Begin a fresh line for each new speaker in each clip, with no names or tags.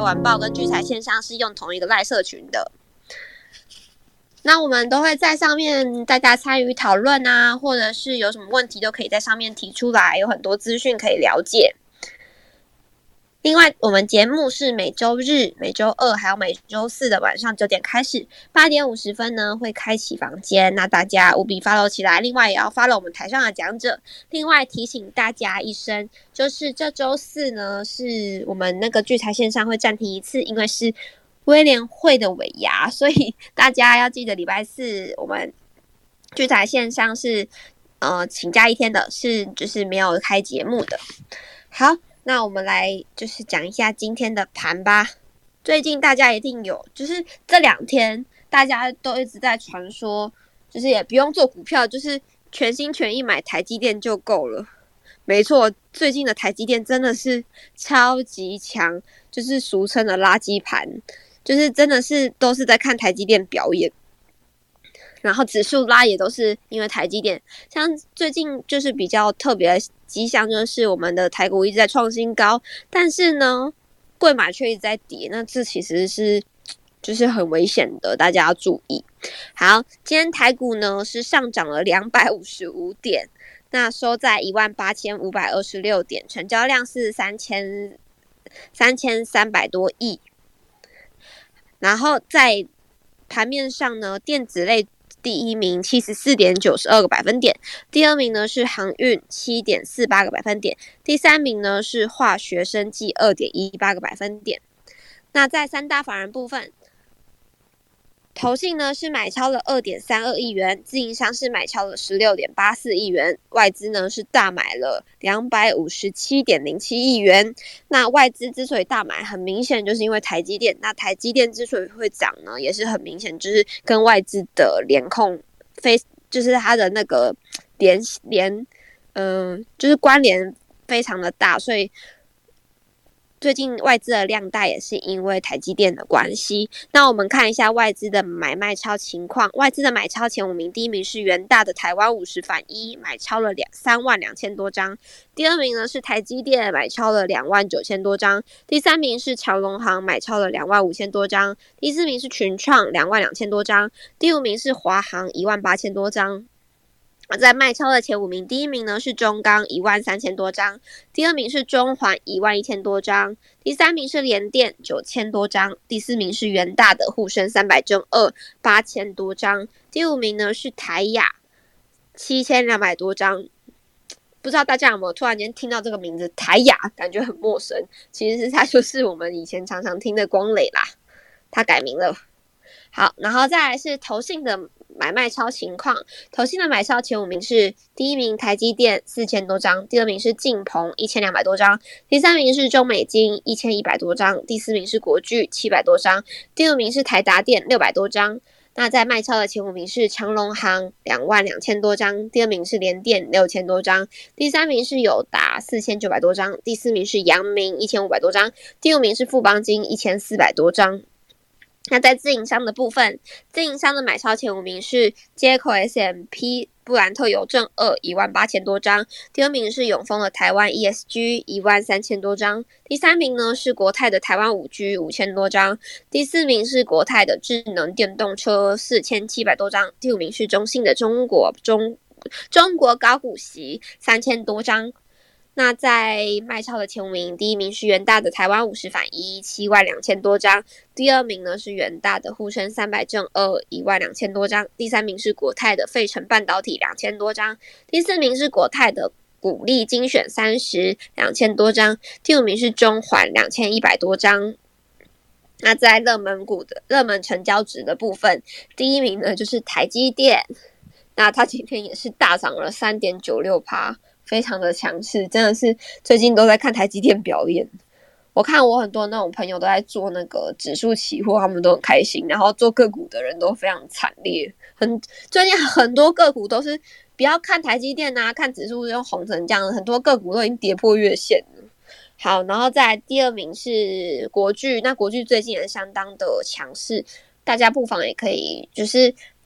晚报跟聚财线上是用同一个赖社群的。那我们都会在上面大家参与讨论啊，或者是有什么问题都可以在上面提出来，有很多资讯可以了解。另外，我们节目是每周日、每周二还有每周四的晚上9点开始，8点50分呢会开启房间，那大家务必 follow 起来。另外也要 follow 我们台上的讲者。另外提醒大家一声，就是这周四呢是我们那个聚财线上会暂停一次，因为是威廉会的尾牙，所以大家要记得礼拜四我们聚财线上是请假一天的，就是没有开节目的。好。那我们来就是讲一下今天的盘吧。最近大家一定有，就是这2天大家都一直在传说，就是也不用做股票，就是全心全意买台积电就够了。没错，最近的台积电真的是超级强，就是俗称的垃圾盘，就是真的是都是在看台积电表演。然后指数拉也都是因为台积电，像最近就是比较特别的迹象，就是我们的台股一直在创新高，但是呢，柜买却一直在跌，那这其实是就是很危险的，大家要注意。好，今天台股呢是上涨了255点，那收在18526点，成交量是3300多亿。然后在盘面上呢，电子类第一名 74.92 个百分点，第二名呢是航运 7.48 个百分点，第三名呢是化学生技 2.18 个百分点。那在三大法人部分，投信呢是买超了 2.32 亿元，自营商是买超了 16.84 亿元，外资呢是大买了 257.07 亿元。那外资之所以大买，很明显就是因为台积电。那台积电之所以会涨呢，也是很明显，就是跟外资的联控就是它的那个就是关联非常的大，所以最近外资的量大也是因为台积电的关系。那我们看一下外资的买卖超情况。外资的买超前5名，第一名是元大的台湾50反1，买超了32000多张。第二名呢是台积电，买超了29000多张。第三名是长荣航，买超了25000多张。第四名是群创22000多张。第五名是华航18000多张。在卖超的前5名，第一名呢是中钢13000多张，第二名是中环11000多张，第三名是联电9000多张，第四名是元大的沪深300正2 8000多张，第五名呢是台亚7200多张。不知道大家有没有突然间听到这个名字台亚，感觉很陌生，其实它就是我们以前常常听的光磊啦，它改名了。好，然后再来是投信的买卖超情况。投信的买超前5名是第一名台积电4000多张，第二名是晋鹏1200多张，第三名是中美金1100多张，第四名是国巨700多张，第五名是台达电600多张。那在卖超的前5名是长荣航22000多张，第二名是联电6000多张，第三名是友达4900多张，第四名是阳明1500多张，第五名是富邦金1400多张。那在自营商的部分，自营商的买超前5名是街口 SMP 布兰特邮政2 18000多张，第二名是永丰的台湾 ESG 13000多张，第三名呢是国泰的台湾5G 5000多张，第四名是国泰的智能电动车4700多张，第五名是中信的中国高股息3000多张。那在卖超的前5名，第一名是元大的台湾50反1 72000多张，第二名呢是元大的沪深300正2 12000多张，第三名是国泰的费城半导体2000多张，第四名是国泰的股利精选30 2000多张，第五名是中环2100多张。那在热门成交值的部分，第一名呢就是台积电，那它今天也是大涨了 3.96%。非常的强势，真的是最近都在看台积电表演。我看我很多那种朋友都在做那个指数期货，他们都很开心，然后做个股的人都非常惨烈。最近很多个股都是不要看台积电啊，看指数就红成这样，很多个股都已经跌破月线了。好，然后再来第二名是国巨，那国巨最近也是相当的强势，大家不妨也可以就是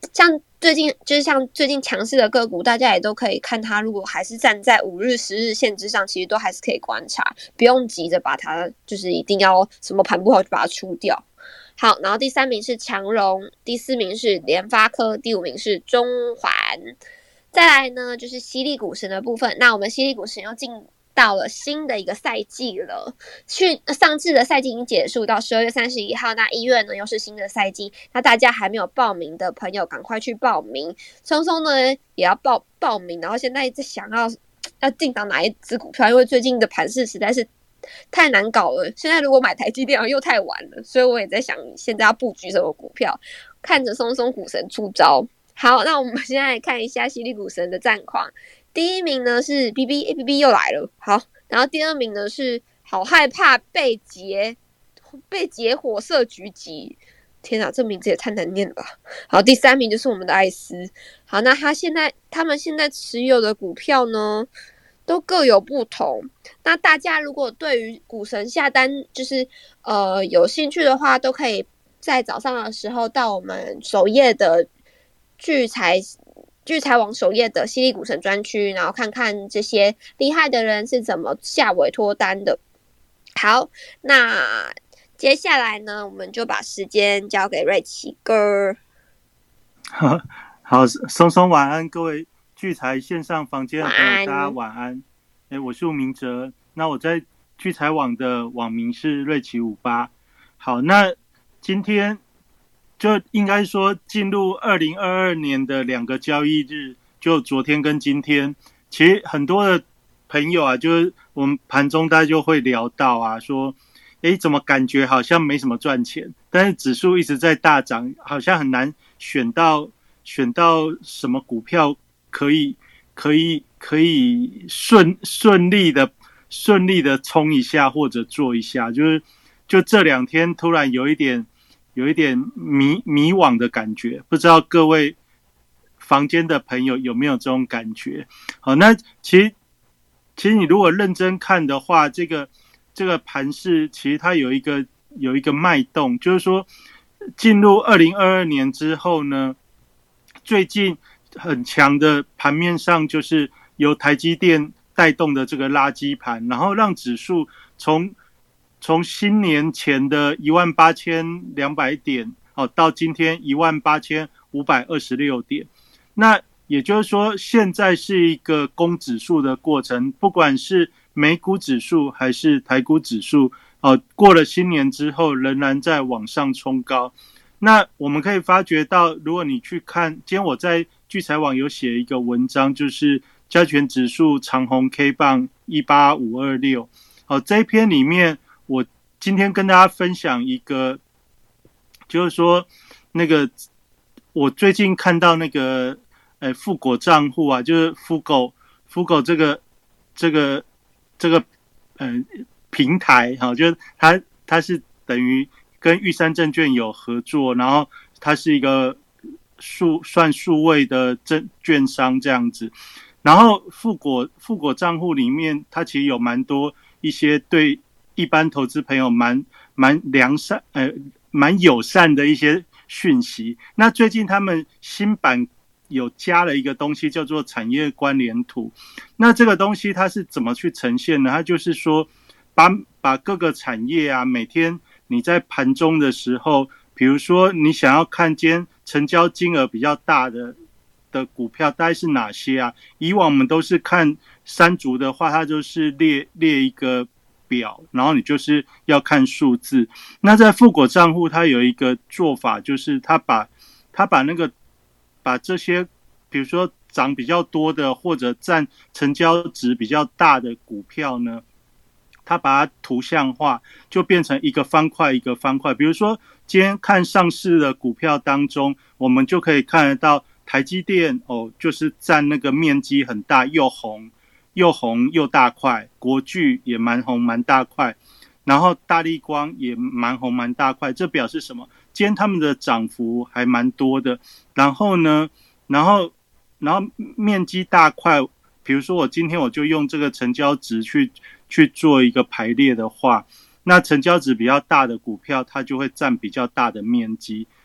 像最近强势的个股，大家也都可以看它，如果还是站在5日、10日线之上，其实都还是可以观察，不用急着把它就是一定要什么盘不好就把它出掉。好，然后第3名是长荣，第4名是联发科，第5名是中环。再来呢，就是犀利股神的部分。那我们犀利股神又进到了新的一个赛季了。上次的赛季已经结束到12月31号，那1月呢又是新的赛季。那大家还没有报名的朋友，赶快去报名。聪聪呢也要报名，然后现在在想要进到哪一支股票，因为最近的盘势实在是太难搞了。现在如果买台积电又太晚了，所以我也在想现在要布局什么股票，看着松松股神出招。好，那我们现在来看一下犀利股神的战况。第1名呢是 BB 又来了，好，然后第2名呢是好害怕被劫火色狙击，天哪，这名字也太难念了吧。好，第3名就是我们的艾斯。好，那他们现在持有的股票呢都各有不同。那大家如果对于股神下单就是有兴趣的话，都可以在早上的时候到我们首页的聚财网首页的犀利股神专区，然后看看这些厉害的人是怎么下委托单的。好，那接下来呢，我们就把时间交给瑞奇哥。
好，松松晚安，各位聚财线上房间的朋友，大家晚安。我是吴明哲，那我在聚财网的网名是瑞奇58。好，那今天就应该说进入2022年的2个交易日，就昨天跟今天，其实很多的朋友啊，就是我们盘中大家就会聊到啊，说怎么感觉好像没什么赚钱，但是指数一直在大涨，好像很难选到什么股票可以顺利的冲一下或者做一下，就这2天突然有一点迷惘的感觉，不知道各位房间的朋友有没有这种感觉？好，那其实你如果认真看的话，这个盘势其实它有一个脉动，就是说进入2022年之后呢，最近很强的盘面上就是由台积电带动的这个垃圾盘，然后让指数从新年前的18200点到今天18526点，那也就是说现在是一个攻指数的过程，不管是美股指数还是台股指数过了新年之后仍然在往上冲高。那我们可以发觉到，如果你去看，今天我在聚财网有写一个文章，就是加权指数长红 K 棒18526。这一篇里面我今天跟大家分享一个，就是说那个我最近看到那个富果账户啊，就是富狗这个平台就是它是等于跟玉山证券有合作，然后它是一个算数位的券商这样子。然后富果账户里面，它其实有蛮多一些对一般投资朋友蛮良善蛮友善的一些讯息。那最近他们新版有加了一个东西叫做产业关联图。那这个东西它是怎么去呈现呢？它就是说把各个产业啊，每天你在盘中的时候，比如说你想要看今天成交金额比较大的股票大概是哪些啊？以往我们都是看三足的话，它就是列一个表，然后你就是要看数字。那在富果账户，它有一个做法，就是它把这些，比如说涨比较多的或者占成交值比较大的股票呢，它把它图像化，就变成一个方块一个方块。比如说今天看上市的股票当中，我们就可以看得到台积电就是占那个面积很大，又红又大块，国巨也蛮红蛮大块，然后大立光也蛮红蛮大块，这表示什么？今天他们的涨幅还蛮多的。然后呢，然后面积大块，比如说我今天我就用这个成交值去做一个排列的话，那成交值比较大的股票它就会占比较大的面积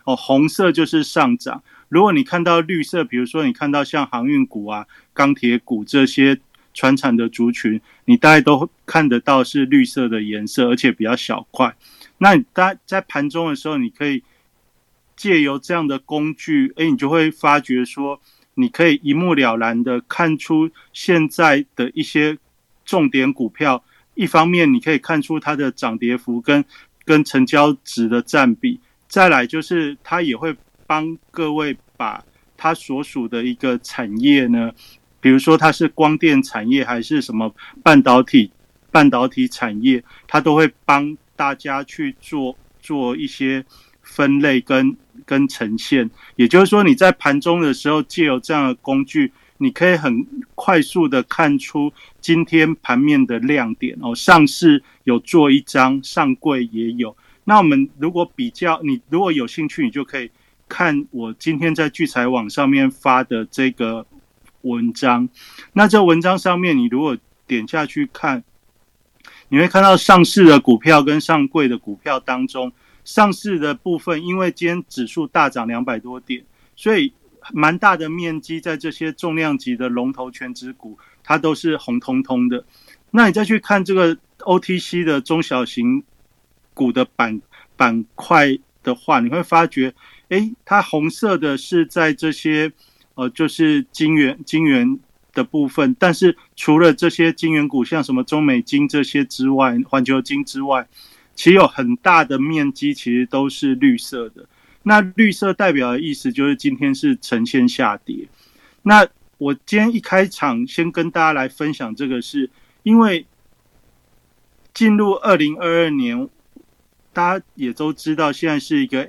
红色就是上涨。如果你看到绿色，比如说你看到像航运股啊、钢铁股这些传产的族群，你大概都看得到是绿色的颜色，而且比较小块。那你在盘中的时候，你可以借由这样的工具，你就会发觉说，你可以一目了然的看出现在的一些重点股票。一方面你可以看出它的涨跌幅跟成交值的占比，再来就是它也会帮各位把它所属的一个产业呢，比如说它是光电产业还是什么半导体产业，它都会帮大家去做一些分类跟呈现。也就是说你在盘中的时候借由这样的工具，你可以很快速的看出今天盘面的亮点上市有做一张，上柜也有。那我们如果比较，你如果有兴趣，你就可以看我今天在聚财网上面发的这个文章。那这文章上面，你如果点下去看，你会看到上市的股票跟上柜的股票当中，上市的部分，因为今天指数大涨200多点，所以蛮大的面积在这些重量级的龙头全指股，它都是红彤彤的。那你再去看这个 OTC 的中小型股的板块的话，你会发觉，它红色的是在这些就是晶圆的部分，但是除了这些晶圆股，像什么中美晶这些之外，环球晶之外，其实有很大的面积其实都是绿色的。那绿色代表的意思就是今天是呈现下跌。那我今天一开场先跟大家来分享这个，是因为进入2022年，大家也都知道现在是一个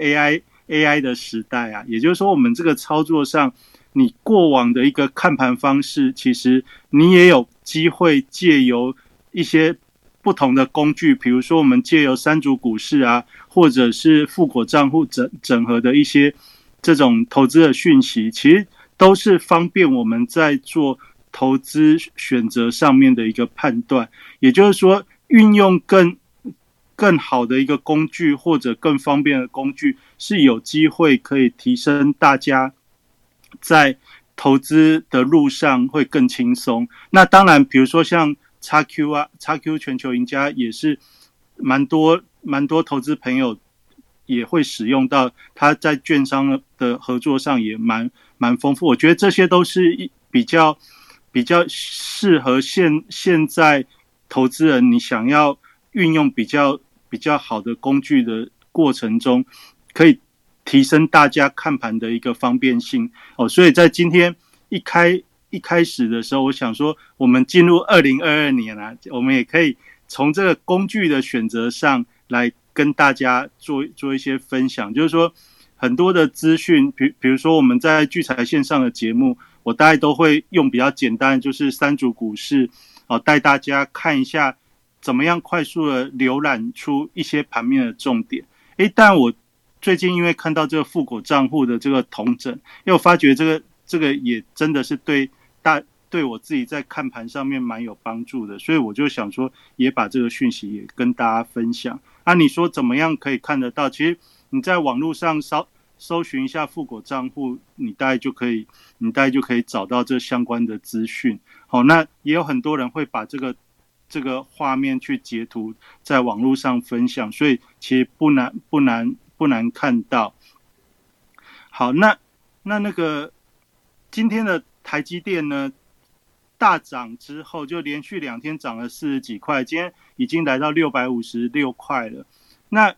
AI 的时代啊，也就是说我们这个操作上，你过往的一个看盘方式，其实你也有机会借由一些不同的工具，比如说我们借由三足股市啊，或者是富国账户整合的一些这种投资的讯息，其实都是方便我们在做投资选择上面的一个判断。也就是说，运用更好的一个工具或者更方便的工具，是有机会可以提升大家在投资的路上会更轻松。那当然比如说像 XQ 啊 ，XQ 全球赢家也是蛮多投资朋友也会使用到，它在券商的合作上也蛮丰富。我觉得这些都是比较适合现在投资人，你想要运用比较好的工具的过程中，可以提升大家看盘的一个方便性所以在今天一开始的时候，我想说我们进入2022年啊，我们也可以从这个工具的选择上来跟大家做一些分享。就是说很多的资讯，比如说我们在聚财线上的节目，我大概都会用比较简单，就是三足股市带大家看一下怎么样快速的浏览出一些盘面的重点。但我最近因为看到这个富国账户的这个统整，因为我发觉这个也真的是对我自己在看盘上面蛮有帮助的，所以我就想说也把这个讯息也跟大家分享。你说怎么样可以看得到？其实你在网络上搜寻一下富国账户，你大概就可以找到这相关的资讯。那也有很多人会把这个画面去截图在网络上分享，所以其实不难看到。好，那个今天的台积电呢大涨之后，就连续2天涨了40几块，今天已经来到656块了。那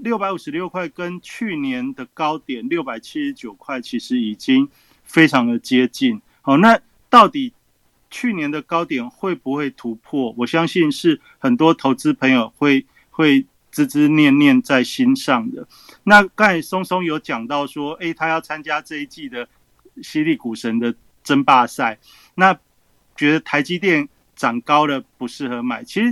656块跟去年的高点679块其实已经非常的接近。那到底去年的高点会不会突破？我相信是很多投资朋友会孜念在心上的。那刚才松松有讲到说，他要参加这一季的犀利股神的争霸赛，那觉得台积电涨高了不适合买。其实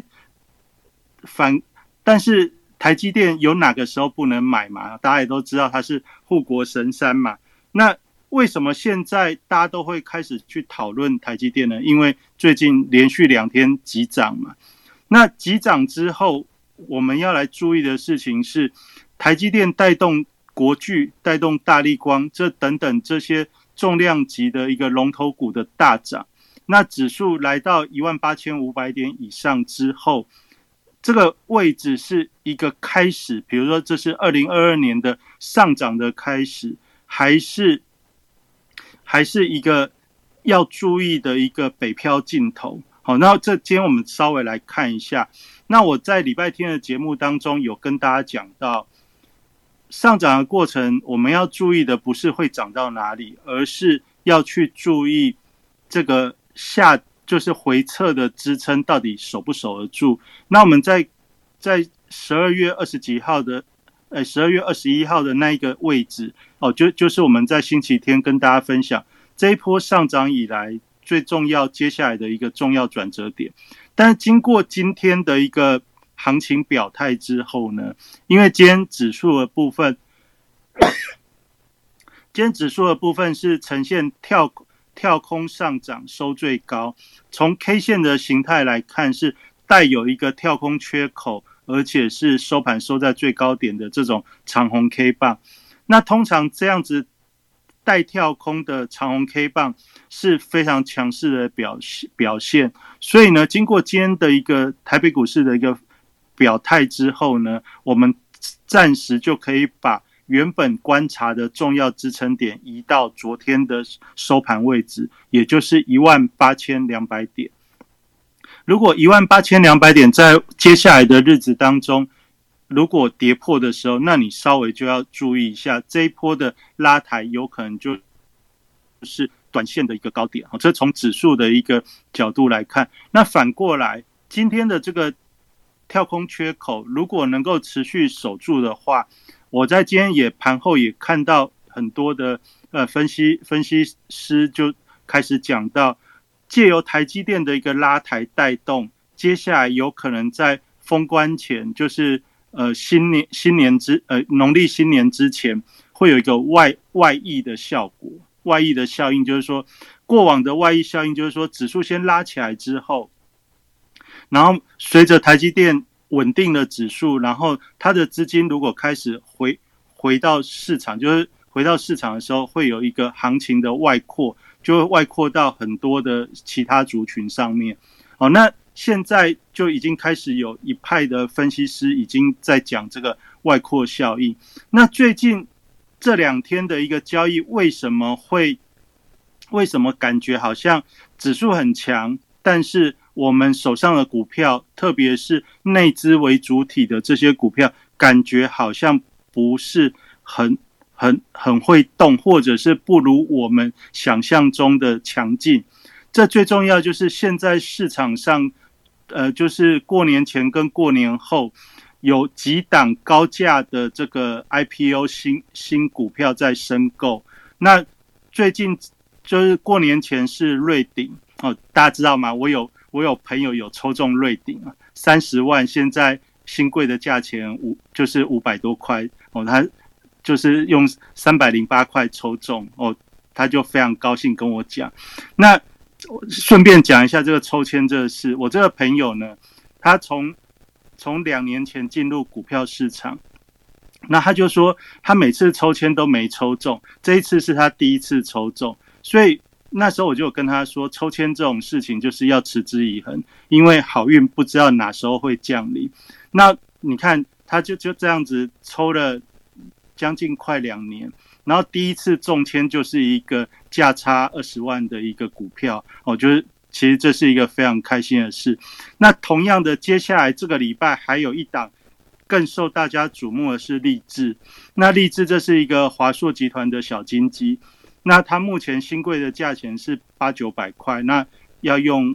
但是台积电有哪个时候不能买嘛？大家也都知道它是护国神山嘛。那为什么现在大家都会开始去讨论台积电呢？因为最近连续2天急涨嘛。那急涨之后，我们要来注意的事情是，台积电带动国巨、带动大立光这等等这些重量级的一个龙头股的大涨。那指数来到18500点以上之后，这个位置是一个开始，比如说这是2022年的上涨的开始，还是一个要注意的一个北漂尽头。好，那今天我们稍微来看一下。那我在礼拜天的节目当中有跟大家讲到，上涨的过程我们要注意的不是会涨到哪里，而是要去注意这个就是回撤的支撑到底守不守得住。那我们在12月20几号的12月21号的那一个位置就是我们在星期天跟大家分享这一波上涨以来最重要接下来的一个重要转折点。但是经过今天的一个行情表态之后呢，因为今天指数的部分是呈现跳空上涨收最高，从 K 线的形态来看是带有一个跳空缺口，而且是收盘收在最高点的这种长红 K 棒。那通常这样子带跳空的长红 K 棒是非常强势的表现，所以呢，经过今天的一个台北股市的一个表态之后呢，我们暂时就可以把原本观察的重要支撑点移到昨天的收盘位置，也就是18200点。如果18200点在接下来的日子当中如果跌破的时候，那你稍微就要注意一下，这一波的拉抬有可能就是短线的一个高点。这从指数的一个角度来看，那反过来今天的这个跳空缺口如果能够持续守住的话，我在今天盘后也看到很多的分析师就开始讲到，借由台积电的一个拉抬带动，接下来有可能在封关前，就是农历新年之前，会有一个外溢的效果。外溢的效应就是说，过往的外溢效应就是说，指数先拉起来之后，然后随着台积电稳定的指数，然后它的资金如果开始回到市场，就是回到市场的时候，会有一个行情的外扩，就会外扩到很多的其他族群上面。那现在就已经开始有一派的分析师已经在讲这个外扩效应。那最近这2天的一个交易，为什么感觉好像指数很强，但是我们手上的股票，特别是内资为主体的这些股票，感觉好像不是很会动，或者是不如我们想象中的强劲。这最重要就是现在市场上就是过年前跟过年后有几档高价的这个 IPO 新股票在申购。那最近就是过年前是瑞鼎大家知道吗？我有朋友有抽中瑞鼎30万，现在新贵的价钱就是500多块他就是用308块抽中他就非常高兴跟我讲。那顺便讲一下这个抽签这个事，我这个朋友呢，他从2年前进入股票市场，那他就说他每次抽签都没抽中，这一次是他第一次抽中，所以那时候我就有跟他说，抽签这种事情就是要持之以恒，因为好运不知道哪时候会降临。那你看他就这样子抽了将近快2年，然后第一次中签就是一个价差20万的一个股票就是其实这是一个非常开心的事。那同样的，接下来这个礼拜还有一档更受大家瞩目的是立志。那立志这是一个华硕集团的小金鸡，那它目前新贵的价钱是800-900块，那要用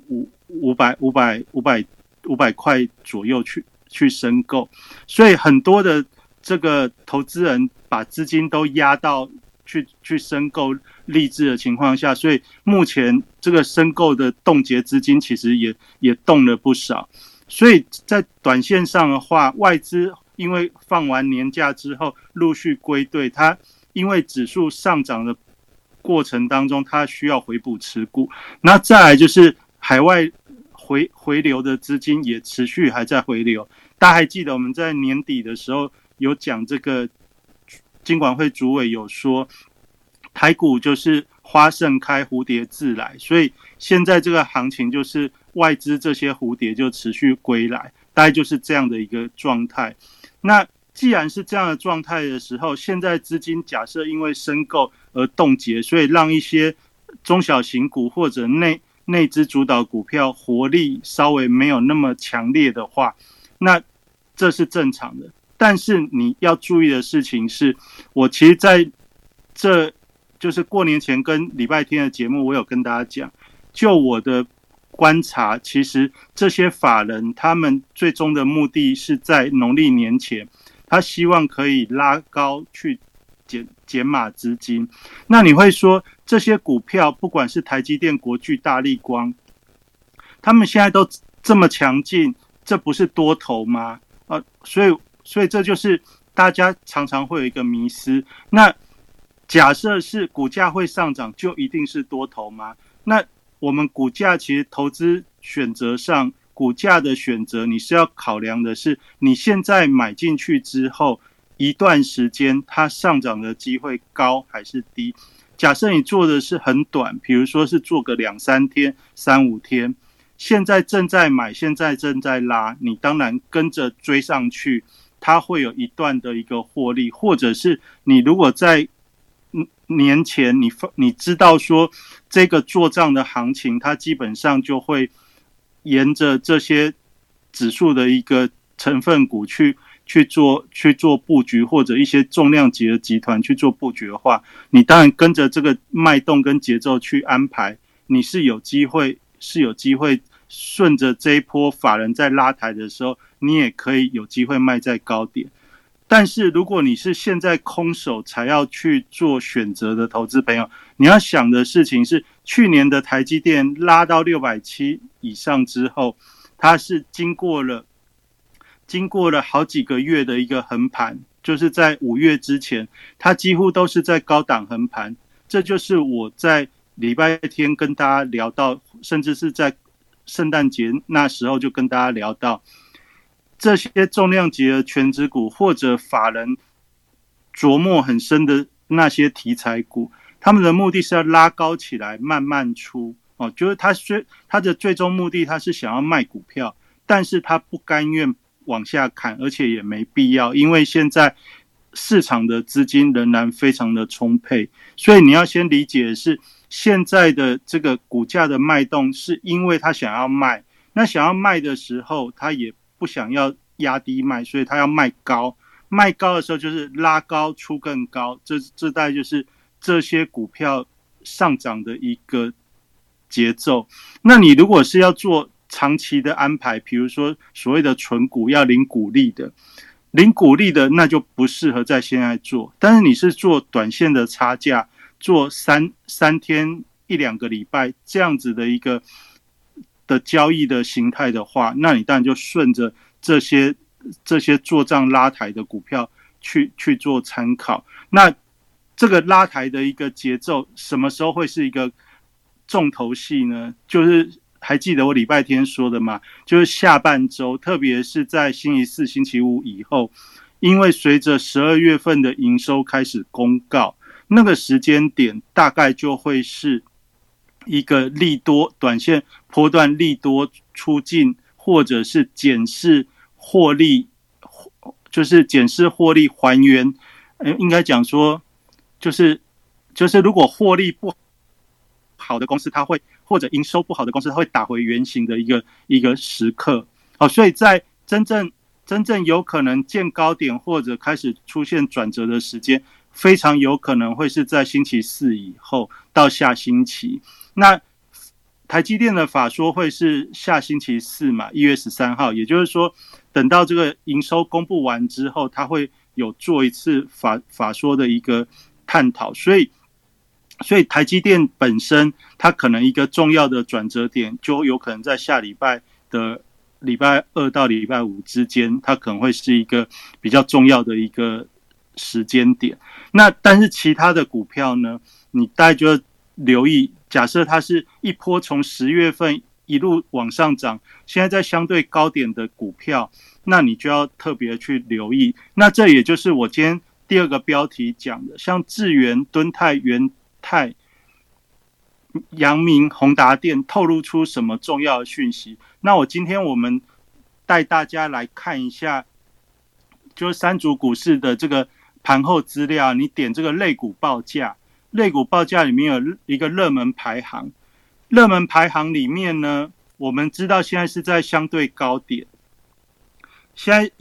500块左右去申购，所以很多的这个投资人把资金都压到去申购立志的情况下，所以目前这个申购的冻结资金其实也动了不少。所以在短线上的话，外资因为放完年假之后陆续归队，它因为指数上涨的过程当中，它需要回补持股。那再来就是海外回流的资金也持续还在回流。大家还记得我们在年底的时候有讲这个金管会主委有说，台股就是花盛开，蝴蝶自来，所以现在这个行情就是外资这些蝴蝶就持续归来，大概就是这样的一个状态。那既然是这样的状态的时候，现在资金假设因为申购而冻结，所以让一些中小型股或者内资主导股票活力稍微没有那么强烈的话，那这是正常的。但是你要注意的事情是，我其实在这就是过年前跟礼拜天的节目，我有跟大家讲，就我的观察，其实这些法人他们最终的目的是在农历年前，他希望可以拉高去减码资金。那你会说这些股票不管是台积电、国巨、大立光，他们现在都这么强劲，这不是多头吗？所以这就是大家常常会有一个迷思。那假设是股价会上涨，就一定是多头吗？那我们股价其实投资选择上，股价的选择你是要考量的是你现在买进去之后一段时间它上涨的机会高还是低。假设你做的是很短，比如说是做个2-3天、3-5天，现在正在买，现在正在拉，你当然跟着追上去，它会有一段的一个获利。或者是你如果在年前你知道说这个做账的行情，它基本上就会沿着这些指数的一个成分股去做布局，或者一些重量级的集团去做布局的话，你当然跟着这个脉动跟节奏去安排，你是有机会顺着这一波法人在拉抬的时候，你也可以有机会卖在高点。但是如果你是现在空手才要去做选择的投资朋友，你要想的事情是，去年的台积电拉到670以上之后，它是经过了好几个月的一个横盘，就是在5月之前，它几乎都是在高档横盘。这就是我在礼拜天跟大家聊到，甚至是在圣诞节那时候就跟大家聊到，这些重量级的全指股或者法人琢磨很深的那些题材股，他们的目的是要拉高起来慢慢出，就是他的最终目的他是想要卖股票，但是他不甘愿往下砍，而且也没必要，因为现在市场的资金仍然非常的充沛。所以你要先理解的是，现在的这个股价的脉动是因为他想要卖，那想要卖的时候他也不想要压低卖，所以他要卖高，卖高的时候就是拉高出更高，这大概就是这些股票上涨的一个节奏。那你如果是要做长期的安排，比如说所谓的纯股要领股利的，那就不适合在现在做。但是你是做短线的差价，做三天1-2个礼拜这样子的一个的交易的形态的话，那你当然就顺着这些做账拉抬的股票去做参考。那这个拉抬的一个节奏什么时候会是一个重头戏呢？就是还记得我礼拜天说的吗？就是下半周，特别是在星期四、星期五以后，因为随着12月份的营收开始公告，那个时间点大概就会是一个利多短线波段利多出尽，或者是检视获利，就是检视获利还原。应该讲说，就是如果获利不好的公司，它会或者营收不好的公司，它会打回原形的一个时刻。所以在真正有可能见高点或者开始出现转折的时间，非常有可能会是在星期四以后到下星期。那台积电的法说会是下星期四嘛，1月13号，也就是说等到这个营收公布完之后，它会有做一次法说的一个探讨。所以台积电本身它可能一个重要的转折点就有可能在下礼拜的礼拜2到礼拜5之间，它可能会是一个比较重要的一个时间点。那但是其他的股票呢，你大概就要留意，假设它是一波从10月份一路往上涨，现在在相对高点的股票，那你就要特别去留意。那这也就是我今天第二个标题讲的，像智原、敦泰、元泰、阳明、宏达电透露出什么重要的讯息？那我们带大家来看一下，就是三组股市的这个盘后资料。你点这个类股报价，类股报价里面有一个热门排行，热门排行里面呢，我们知道现在是在相对高点，现在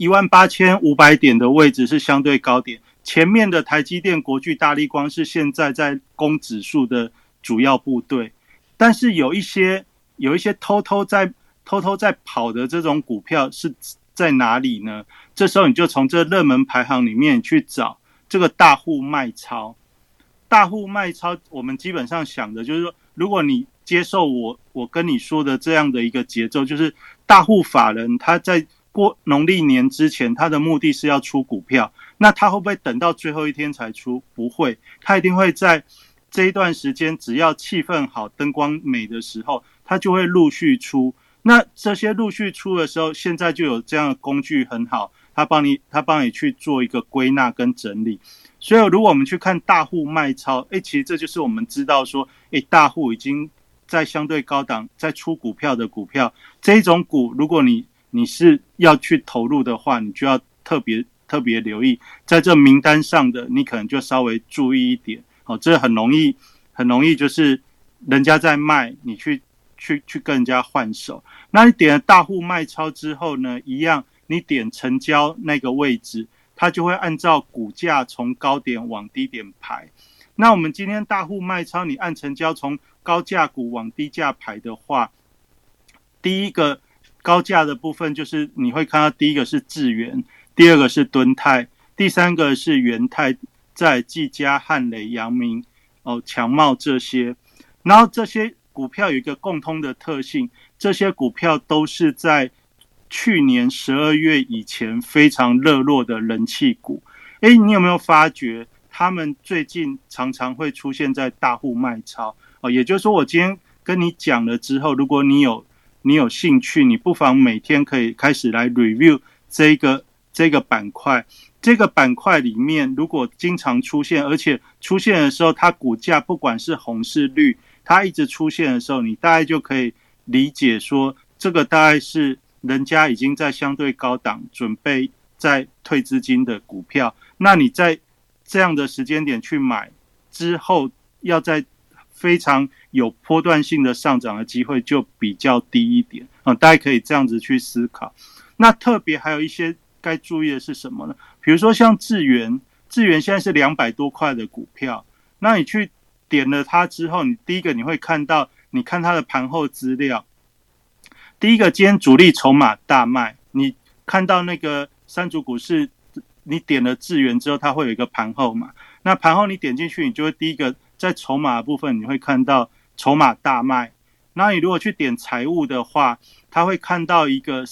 18500点的位置是相对高点，前面的台积电、国巨、大立光是现在在攻指数的主要部队，但是有一些偷偷在跑的这种股票是在哪里呢？这时候你就从这热门排行里面去找这个大户卖超。大户卖超，我们基本上想的就是说，如果你接受我跟你说的这样的一个节奏，就是大户法人他在过农历年之前，他的目的是要出股票，那他会不会等到最后一天才出？不会，他一定会在这一段时间，只要气氛好、灯光美的时候，他就会陆续出。那这些陆续出的时候，现在就有这样的工具很好，他帮你去做一个归纳跟整理。所以如果我们去看大户卖超，其实这就是我们知道说，大户已经在相对高档在出股票的股票，这一种股，如果你是要去投入的话，你就要特别留意，在这名单上的，你可能就稍微注意一点。这很容易就是人家在卖，你去跟人家换手。那你点了大户卖超之后呢，一样，你点成交那个位置，它就会按照股价从高点往低点排。那我们今天大户卖超，你按成交从高价股往低价排的话，第一个高价的部分就是你会看到第一个是智原，第二个是敦泰，第三个是元泰，在技嘉、汉磊、阳明、强茂这些。然后这些股票有一个共通的特性，这些股票都是在去年12月以前非常热络的人气股。你有没有发觉他们最近常常会出现在大户卖超？也就是说我今天跟你讲了之后，如果你有兴趣，你不妨每天可以开始来 review 这个板块。这个板块里面如果经常出现，而且出现的时候它股价不管是红是绿，它一直出现的时候，你大概就可以理解说，这个大概是人家已经在相对高档准备在退资金的股票。那你在这样的时间点去买之后，要在非常有波段性的上涨的机会就比较低一点。大家可以这样子去思考。那特别还有一些该注意的是什么呢？比如说像智原现在是200多块的股票，那你去点了它之后，你第一个你会看到，你看它的盘后资料，第一个今天主力筹码大卖，你看到那个三组股市，你点了智原之后，它会有一个盘后嘛，那盘后你点进去，你就会第一个在筹码的部分你会看到筹码大卖。那你如果去点财务的话，它会看到一个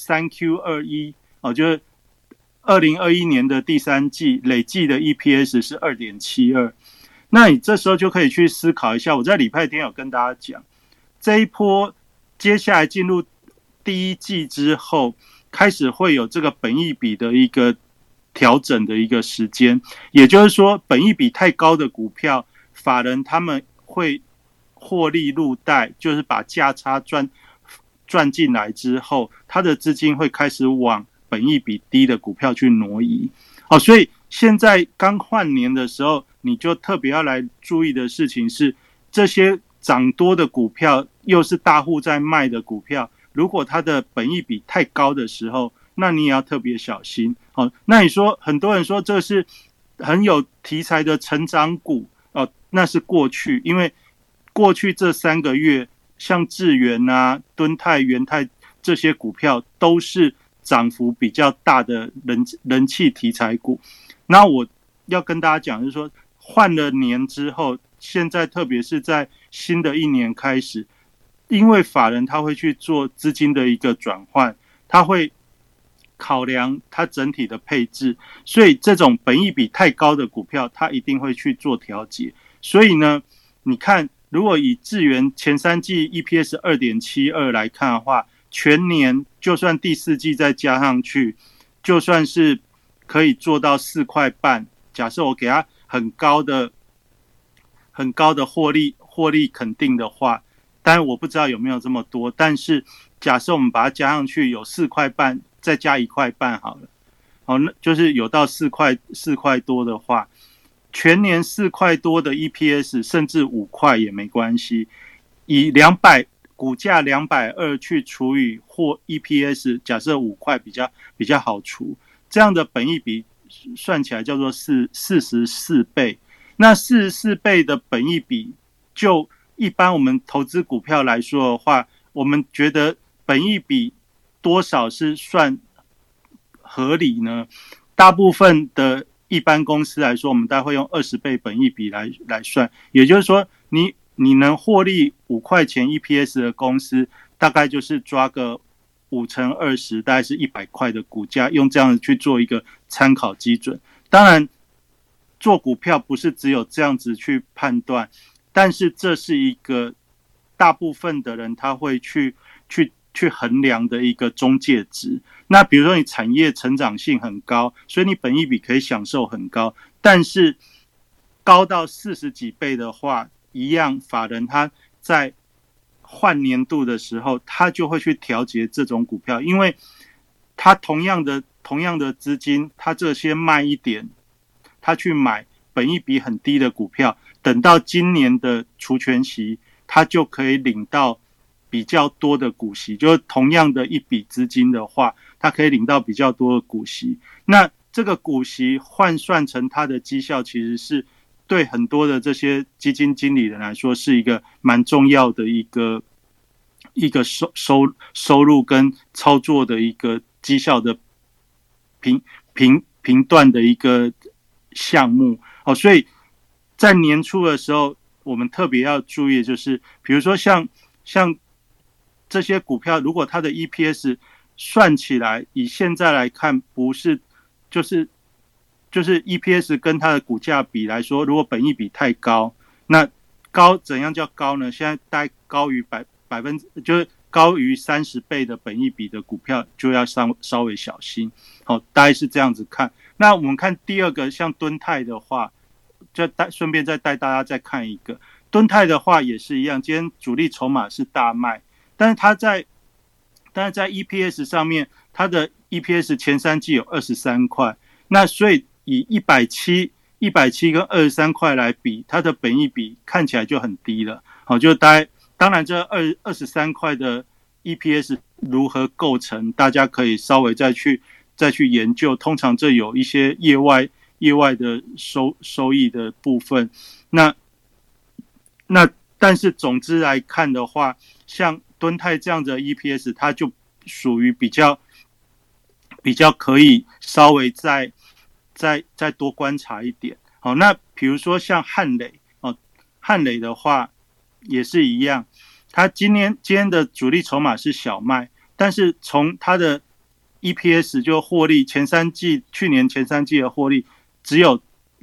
3Q21，就是2021年的第三季累计的 EPS 是 2.72。 那你这时候就可以去思考一下，我在礼拜天有跟大家讲，这一波接下来进入第一季之后，开始会有这个本益比的一个调整的一个时间，也就是说本益比太高的股票，法人他们会获利入袋，就是把价差赚进来之后，他的资金会开始往本益比低的股票去挪移。所以现在刚换年的时候，你就特别要来注意的事情是，这些涨多的股票又是大户在卖的股票，如果它的本益比太高的时候，那你也要特别小心。那你说很多人说这是很有题材的成长股，那是过去，因为过去这3个月像智原啊、敦泰、元泰这些股票都是涨幅比较大的人气题材股。那我要跟大家讲就是说，换了年之后，现在特别是在新的一年开始，因为法人他会去做资金的一个转换，他会考量它整体的配置，所以这种本益比太高的股票它一定会去做调节。所以呢，你看如果以智原前3季 EPS 2.72 来看的话，全年就算第4季再加上去，就算是可以做到4块半， 假设我给它很高的获利肯定的话，当然我不知道有没有这么多，但是假设我们把它加上去，有4块半，再加1块半好了，好，那就是有到4块多的话，全年4块多的 EPS， 甚至5块也没关系。以股价220去除以或 EPS， 假设5块比较好除，这样的本益比算起来叫做44倍。那44倍的本益比，就一般我们投资股票来说的话，我们觉得本益比多少是算合理呢？大部分的一般公司来说，我们大概会用20倍本益比来算，也就是说，你能获利5块钱 EPS 的公司，大概就是抓个5乘20，大概是100块的股价，用这样子去做一个参考基准。当然，做股票不是只有这样子去判断，但是这是一个大部分的人他会去衡量的一个中介值。那比如说你产业成长性很高，所以你本益比可以享受很高，但是高到40几倍的话，一样法人他在换年度的时候，他就会去调节这种股票，因为他同样的资金，他这些卖一点，他去买本益比很低的股票，等到今年的除权息，他就可以领到比较多的股息，就是同样的一笔资金的话，他可以领到比较多的股息。那这个股息换算成他的绩效，其实是对很多的这些基金经理人来说，是一个蛮重要的一个收入跟操作的一个绩效的评断的一个项目。所以在年初的时候，我们特别要注意，就是比如说像这些股票，如果它的 EPS 算起来，以现在来看，不是就是 EPS 跟它的股价比来说，如果本益比太高，那怎样叫高呢？现在大概高于就是高于30倍的本益比的股票就要稍微小心。好，大概是这样子看。那我们看第二个，像敦泰的话，就顺便再带大家再看一个敦泰的话也是一样，今天主力筹码是大卖，但是在 EPS 上面，它的 EPS 前3季有23块，那所以以170跟23块来比，它的本益比看起来就很低了。好，就当然这23块的 EPS 如何构成，大家可以稍微再去研究。通常这有一些业外的收益的部分。那但是总之来看的话，像敦泰这样的 EPS， 它就属于比较可以稍微再多观察一点。好，那比如说像汉磊的话也是一样，它今天的主力筹码是小卖，但是从它的 EPS 就获利去年前三季的获利只有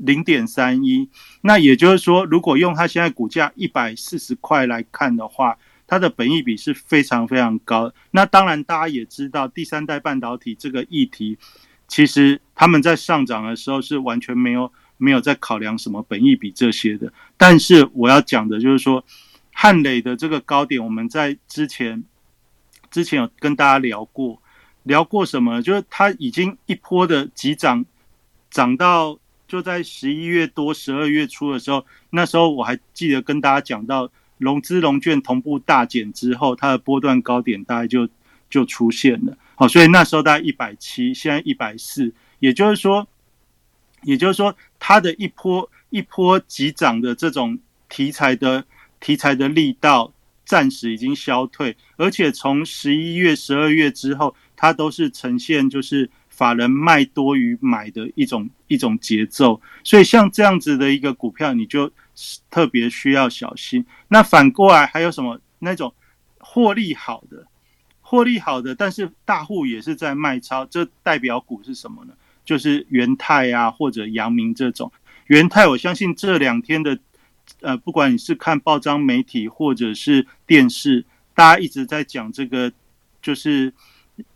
0.31， 那也就是说，如果用它现在股价140块来看的话，它的本益比是非常非常高。那当然大家也知道，第三代半导体这个议题，其实他们在上涨的时候是完全没有在考量什么本益比这些的。但是我要讲的就是说，汉磊的这个高点，我们在之前有跟大家聊过什么，就是它已经一波的急涨到就在11月多12月初的时候，那时候我还记得跟大家讲到融资融券同步大减之后，它的波段高点大概就出现了。好，所以那时候大概170，现在140，也就是说它的一波急涨的这种题材的力道暂时已经消退，而且从11月12月之后，它都是呈现就是法人卖多于买的一种节奏，所以像这样子的一个股票，你就特别需要小心。那反过来还有什么那种获利好的，但是大户也是在卖超，这代表股是什么呢？就是元泰啊，或者阳明这种。元泰我相信这2天的不管你是看报章媒体或者是电视，大家一直在讲这个就是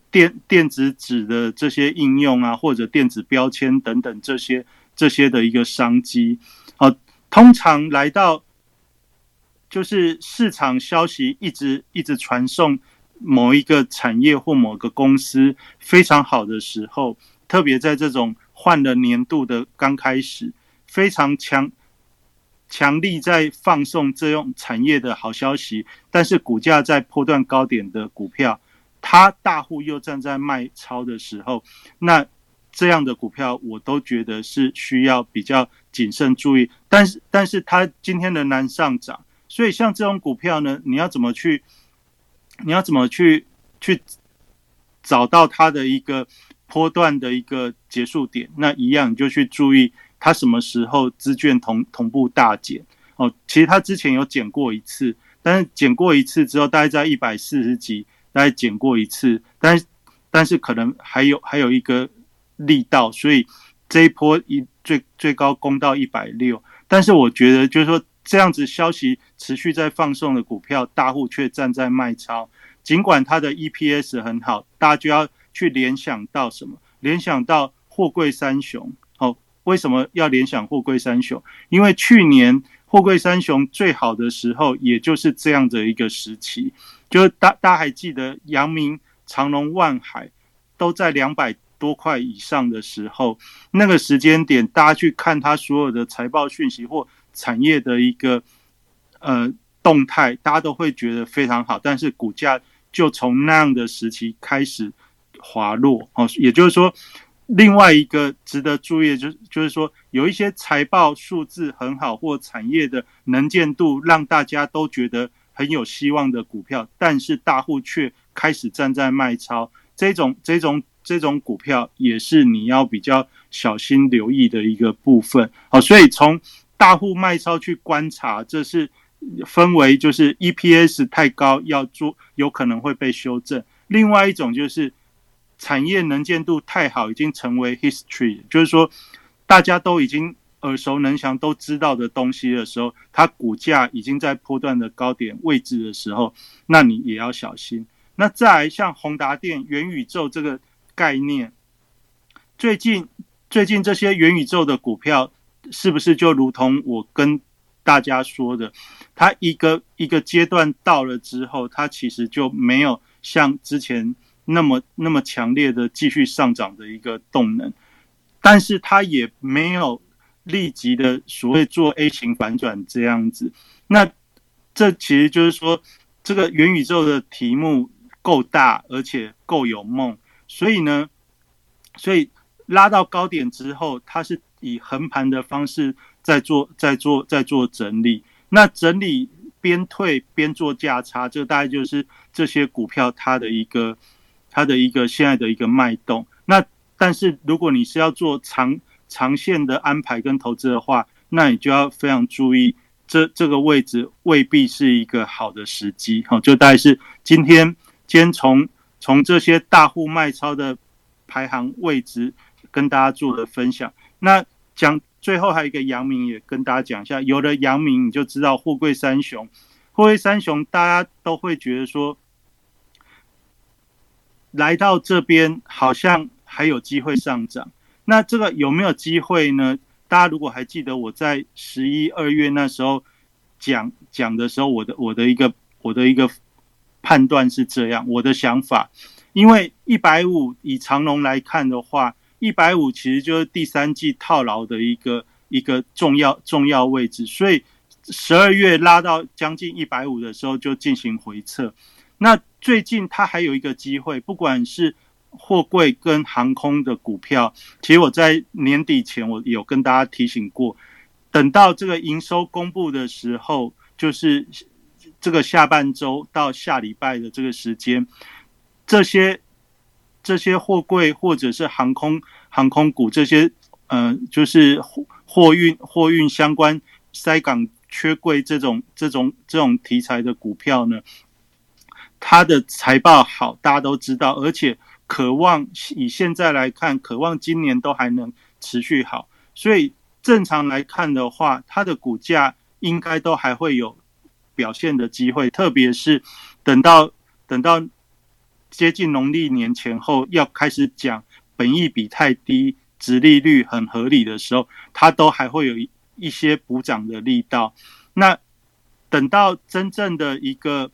电子纸的这些应用啊，或者电子标签等等这些的一个商机。通常来到就是市场消息一直传送某一个产业或某个公司非常好的时候，特别在这种换了年度的刚开始，非常强力在放送这种产业的好消息，但是股价在波段高点的股票，它大户又站在卖超的时候，那这样的股票我都觉得是需要比较谨慎注意。但是它今天仍然上涨，所以像这种股票呢，你要怎么去找到它的一个波段的一个结束点？那一样你就去注意它什么时候资券同步大减。其实它之前有减过一次，但是减过一次之后，大概在140几，大概减过一次，但是可能还有一个力道，所以这一波最高攻到160。但是我觉得就是说，这样子消息持续在放送的股票，大户却站在卖超，尽管它的 EPS 很好，大家就要去联想到什么？联想到货柜三雄。为什么要联想货柜三雄？因为去年货柜三雄最好的时候，也就是这样的一个时期，就是大家还记得阳明、长荣、万海都在200多块以上的时候，那个时间点，大家去看它所有的财报讯息或产业的一个动态，大家都会觉得非常好，但是股价就从那样的时期开始滑落。也就是说，另外一个值得注意的就是说，有一些财报数字很好或产业的能见度让大家都觉得很有希望的股票，但是大户却开始站在卖超，这种股票也是你要比较小心留意的一个部分。所以从大户卖超去观察，这是分为就是 EPS 太高要做，有可能会被修正。另外一种就是产业能见度太好，已经成为 history， 就是说大家都已经耳熟能详都知道的东西的时候，它股价已经在波段的高点位置的时候，那你也要小心。那再来像宏达电、元宇宙这个概念，最近这些元宇宙的股票是不是就如同我跟大家说的，它一个阶段到了之后，它其实就没有像之前那么强烈的继续上涨的一个动能，但是它也没有立即的所谓做 A 型反转这样子。那这其实就是说，这个元宇宙的题目够大，而且够有梦，所以拉到高点之后，它是以横盘的方式在做整理。那整理边退边做价差，这大概就是这些股票它的一个现在的一个脉动。那但是如果你是要做长线的安排跟投资的话，那你就要非常注意这个位置未必是一个好的时机。就大概是今天从这些大户卖超的排行位置跟大家做的分享。那最后还有一个阳明也跟大家讲一下，有了阳明你就知道货柜三雄大家都会觉得说来到这边好像还有机会上涨。那这个有没有机会呢？大家如果还记得我在11、2月那时候讲的时候，我的一个判断是这样，我的想法，因为150以长荣来看的话，150其实就是第三季套牢的一个重要位置，所以12月拉到将近150的时候就进行回撤。那最近它还有一个机会，不管是货柜跟航空的股票，其实我在年底前我有跟大家提醒过，等到这个营收公布的时候，就是这个下半周到下礼拜的这个时间，这些货柜或者是航空股，这些就是货运相关塞港缺柜这种题材的股票呢，它的财报好，大家都知道，而且渴望以现在来看，渴望今年都还能持续好，所以正常来看的话，它的股价应该都还会有表现的机会，特别是等到接近农历年前后要开始讲本益比太低、殖利率很合理的时候，它都还会有一些补涨的力道。那等到真正一个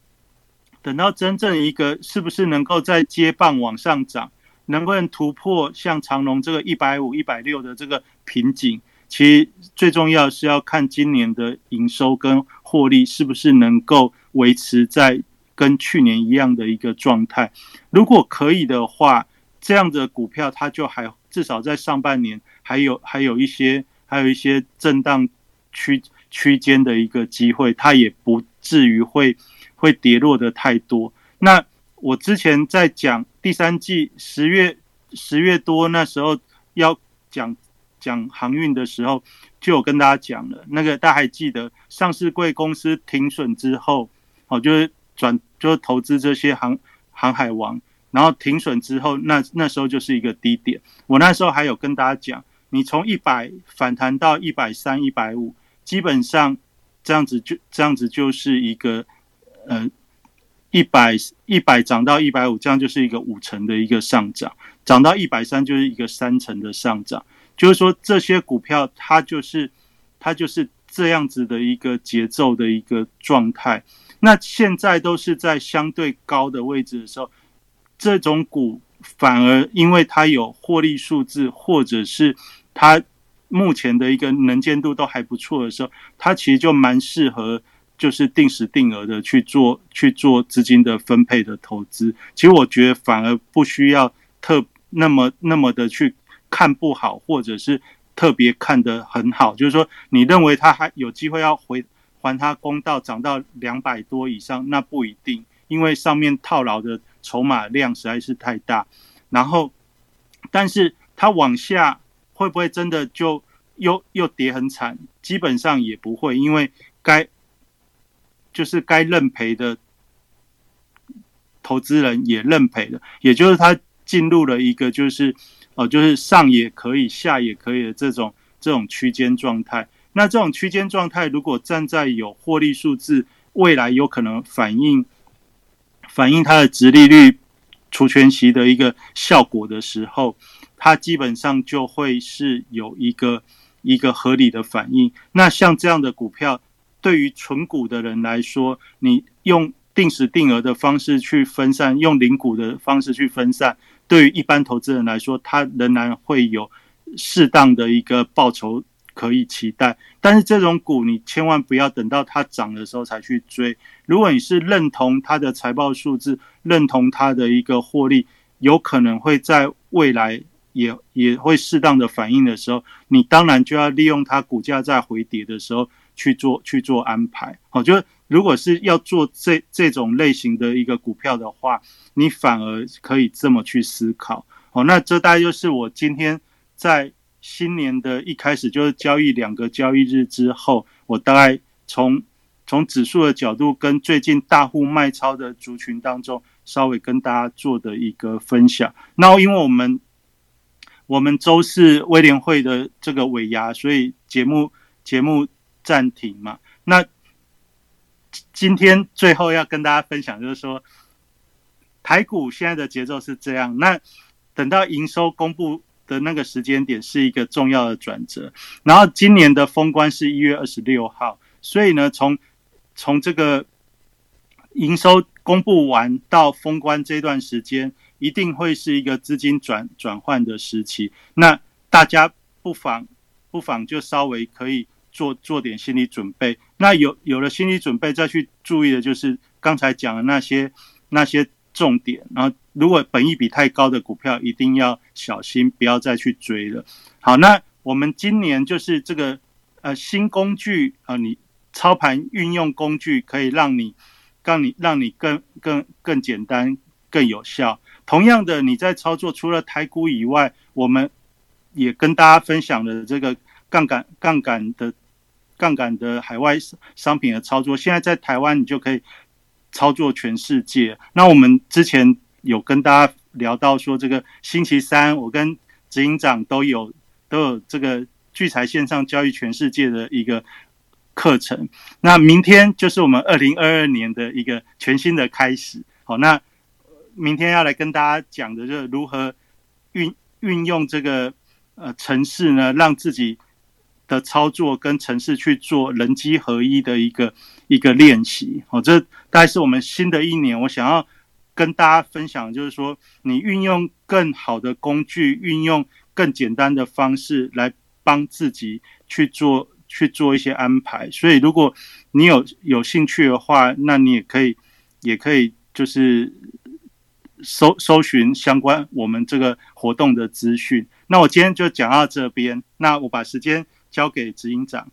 是不是能够再接棒往上涨，能不能突破像长荣这个150、160的这个瓶颈？其实最重要是要看今年的营收跟获利是不是能够维持在跟去年一样的一个状态。如果可以的话，这样的股票它就还至少在上半年还有一些震荡区间的一个机会，它也不至于会跌落的太多。那我之前在讲第三季10月多那时候要讲航运的时候，就有跟大家讲了，那个大家还记得上市柜公司停损之后，就是投资这些航海王，然后停损之后，那时候就是一个低点。我那时候还有跟大家讲，你从100反弹到130、150，基本上这样子就是一个100涨到150，这样就是一个5成的一个上涨，涨到130就是一个3成的上涨。就是说这些股票它就是这样子的一个节奏的一个状态。那现在都是在相对高的位置的时候，这种股反而因为它有获利数字，或者是它目前的一个能见度都还不错的时候，它其实就蛮适合就是定时定额的去做资金的分配的投资。其实我觉得反而不需要那么的去看不好，或者是特别看得很好，就是说你认为它还有机会要还它公道，涨到200多以上，那不一定，因为上面套牢的筹码量实在是太大。然后但是它往下会不会真的就又跌很惨？基本上也不会，因为该认赔的投资人也认赔了，也就是他进入了一个就是上也可以下也可以的这种区间状态。那这种区间状态如果站在有获利数字，未来有可能反映它的殖利率除权息的一个效果的时候，它基本上就会是有一个合理的反应。那像这样的股票，对于纯股的人来说，你用定时定额的方式去分散，用零股的方式去分散，对于一般投资人来说，它仍然会有适当的一个报酬可以期待。但是这种股你千万不要等到它涨的时候才去追。如果你是认同它的财报数字，认同它的一个获利，有可能会在未来也会适当的反应的时候，你当然就要利用它股价在回跌的时候去做安排。就如果是要做这种类型的一个股票的话，你反而可以这么去思考。那这大概就是我今天在新年的一开始，就是交易2个交易日之后，我大概从指数的角度跟最近大户卖超的族群当中稍微跟大家做的一个分享。那因为我们周四威廉会的这个尾牙，所以节目暂停嘛。那今天最后要跟大家分享就是说，台股现在的节奏是这样，那等到营收公布的那个时间点是一个重要的转折。然后今年的封关是1月26号，所以呢从这个营收公布完到封关这段时间，一定会是一个资金转换的时期。那大家不妨就稍微可以做点心理准备。那有了心理准备，再去注意的就是刚才讲的那些重点。然后如果本益比太高的股票，一定要小心，不要再去追了。好，那我们今年就是这个新工具你操盘运用工具可以让你更简单、更有效。同样的，你在操作除了台股以外，我们也跟大家分享了这个杠杆的海外商品的操作。现在在台湾你就可以操作全世界。那我们之前有跟大家聊到说，这个星期三我跟执行长都有这个聚财线上交易全世界的一个课程。那明天就是我们2022年的一个全新的开始。好，那明天要来跟大家讲的，就是如何运用这个程式呢，让自己的操作跟程式去做人机合一的一个练习。这大概是我们新的一年我想要跟大家分享，就是说你运用更好的工具，运用更简单的方式来帮自己去做一些安排。所以如果你有兴趣的话，那你也可以就是搜寻相关我们这个活动的资讯。那我今天就讲到这边，那我把时间交给执行长。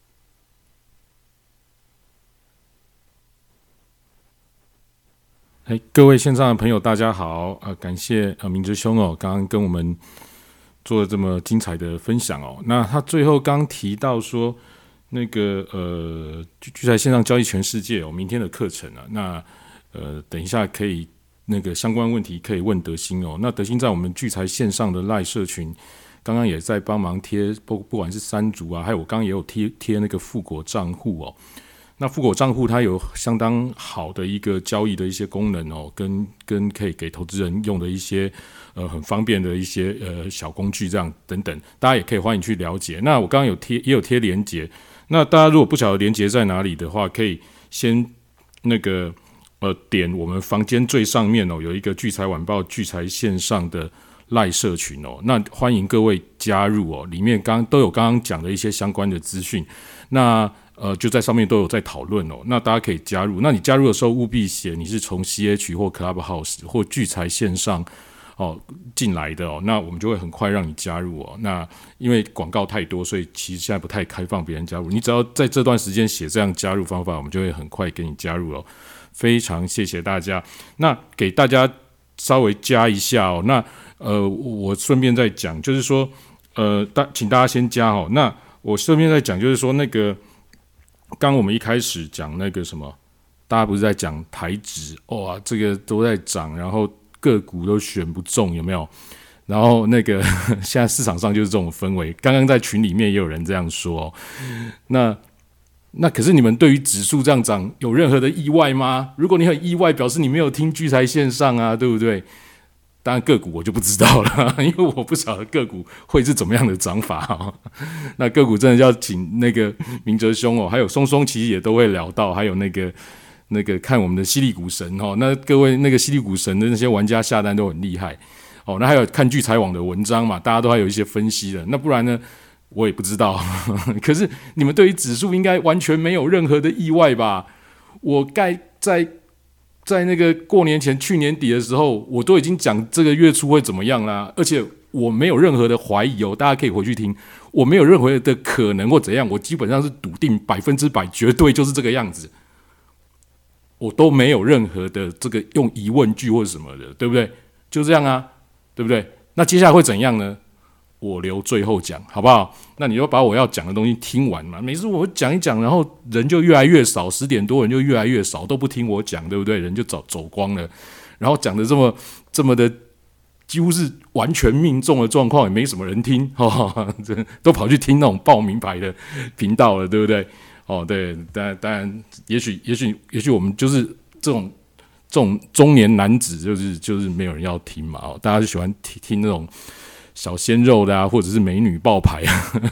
各位线上的朋友大家好，感谢明哲兄刚刚跟我们做了这么精彩的分享那他最后刚提到说那个聚财线上交易全世界明天的课程那等一下可以那个相关问题可以问德兴那德兴在我们聚财线上的 LINE 社群刚刚也在帮忙贴不管是三组还有我刚刚也有贴那个富国账户那富国账户它有相当好的一个交易的一些功能跟可以给投资人用的一些很方便的一些小工具这样等等，大家也可以欢迎去了解。那我刚刚也有贴连结，那大家如果不晓得连结在哪里的话，可以先那个点我们房间最上面有一个聚财晚报聚财线上的LINE 社群那欢迎各位加入里面都有刚刚讲的一些相关的资讯，那就在上面都有在讨论那大家可以加入。那你加入的时候务必写你是从 CH 或 Clubhouse 或聚财线上进来的那我们就会很快让你加入那因为广告太多，所以其实现在不太开放别人加入。你只要在这段时间写这样加入方法，我们就会很快给你加入非常谢谢大家。那给大家稍微加一下那我顺便再讲，就是说请大家先加那我顺便再讲，就是说那个刚我们一开始讲那个什么，大家不是在讲台指这个都在涨，然后个股都选不中，有没有？然后那个现在市场上就是这种氛围。刚刚在群里面也有人这样说那可是你们对于指数这样涨有任何的意外吗？如果你很意外，表示你没有听聚财线上对不对？当然个股我就不知道了，因为我不晓得个股会是怎么样的涨法那个股真的要请那个明哲兄还有松松其实也都会聊到，还有那个看我们的犀利股神那各位那个犀利股神的那些玩家下单都很厉害那还有看聚财网的文章嘛，大家都还有一些分析的，那不然呢我也不知道可是你们对于指数应该完全没有任何的意外吧？我在那个过年前去年底的时候，我都已经讲这个月初会怎么样啦，而且我没有任何的怀疑大家可以回去听，我没有任何的可能或怎样，我基本上是笃定100%绝对就是这个样子，我都没有任何的这个用疑问句或什么的，对不对？就这样对不对？那接下来会怎样呢？我留最后讲好不好？那你就把我要讲的东西听完嘛。每次我讲一讲，然后人就越来越少，10点多人就越来越少，都不听我讲，对不对？人就走光了。然后讲的这么的，几乎是完全命中的状况，也没什么人听都跑去听那种报名牌的频道了，对不对？对，当然，也许我们就是这种中年男子，就是没有人要听嘛大家就喜欢听那种小鲜肉的或者是美女爆牌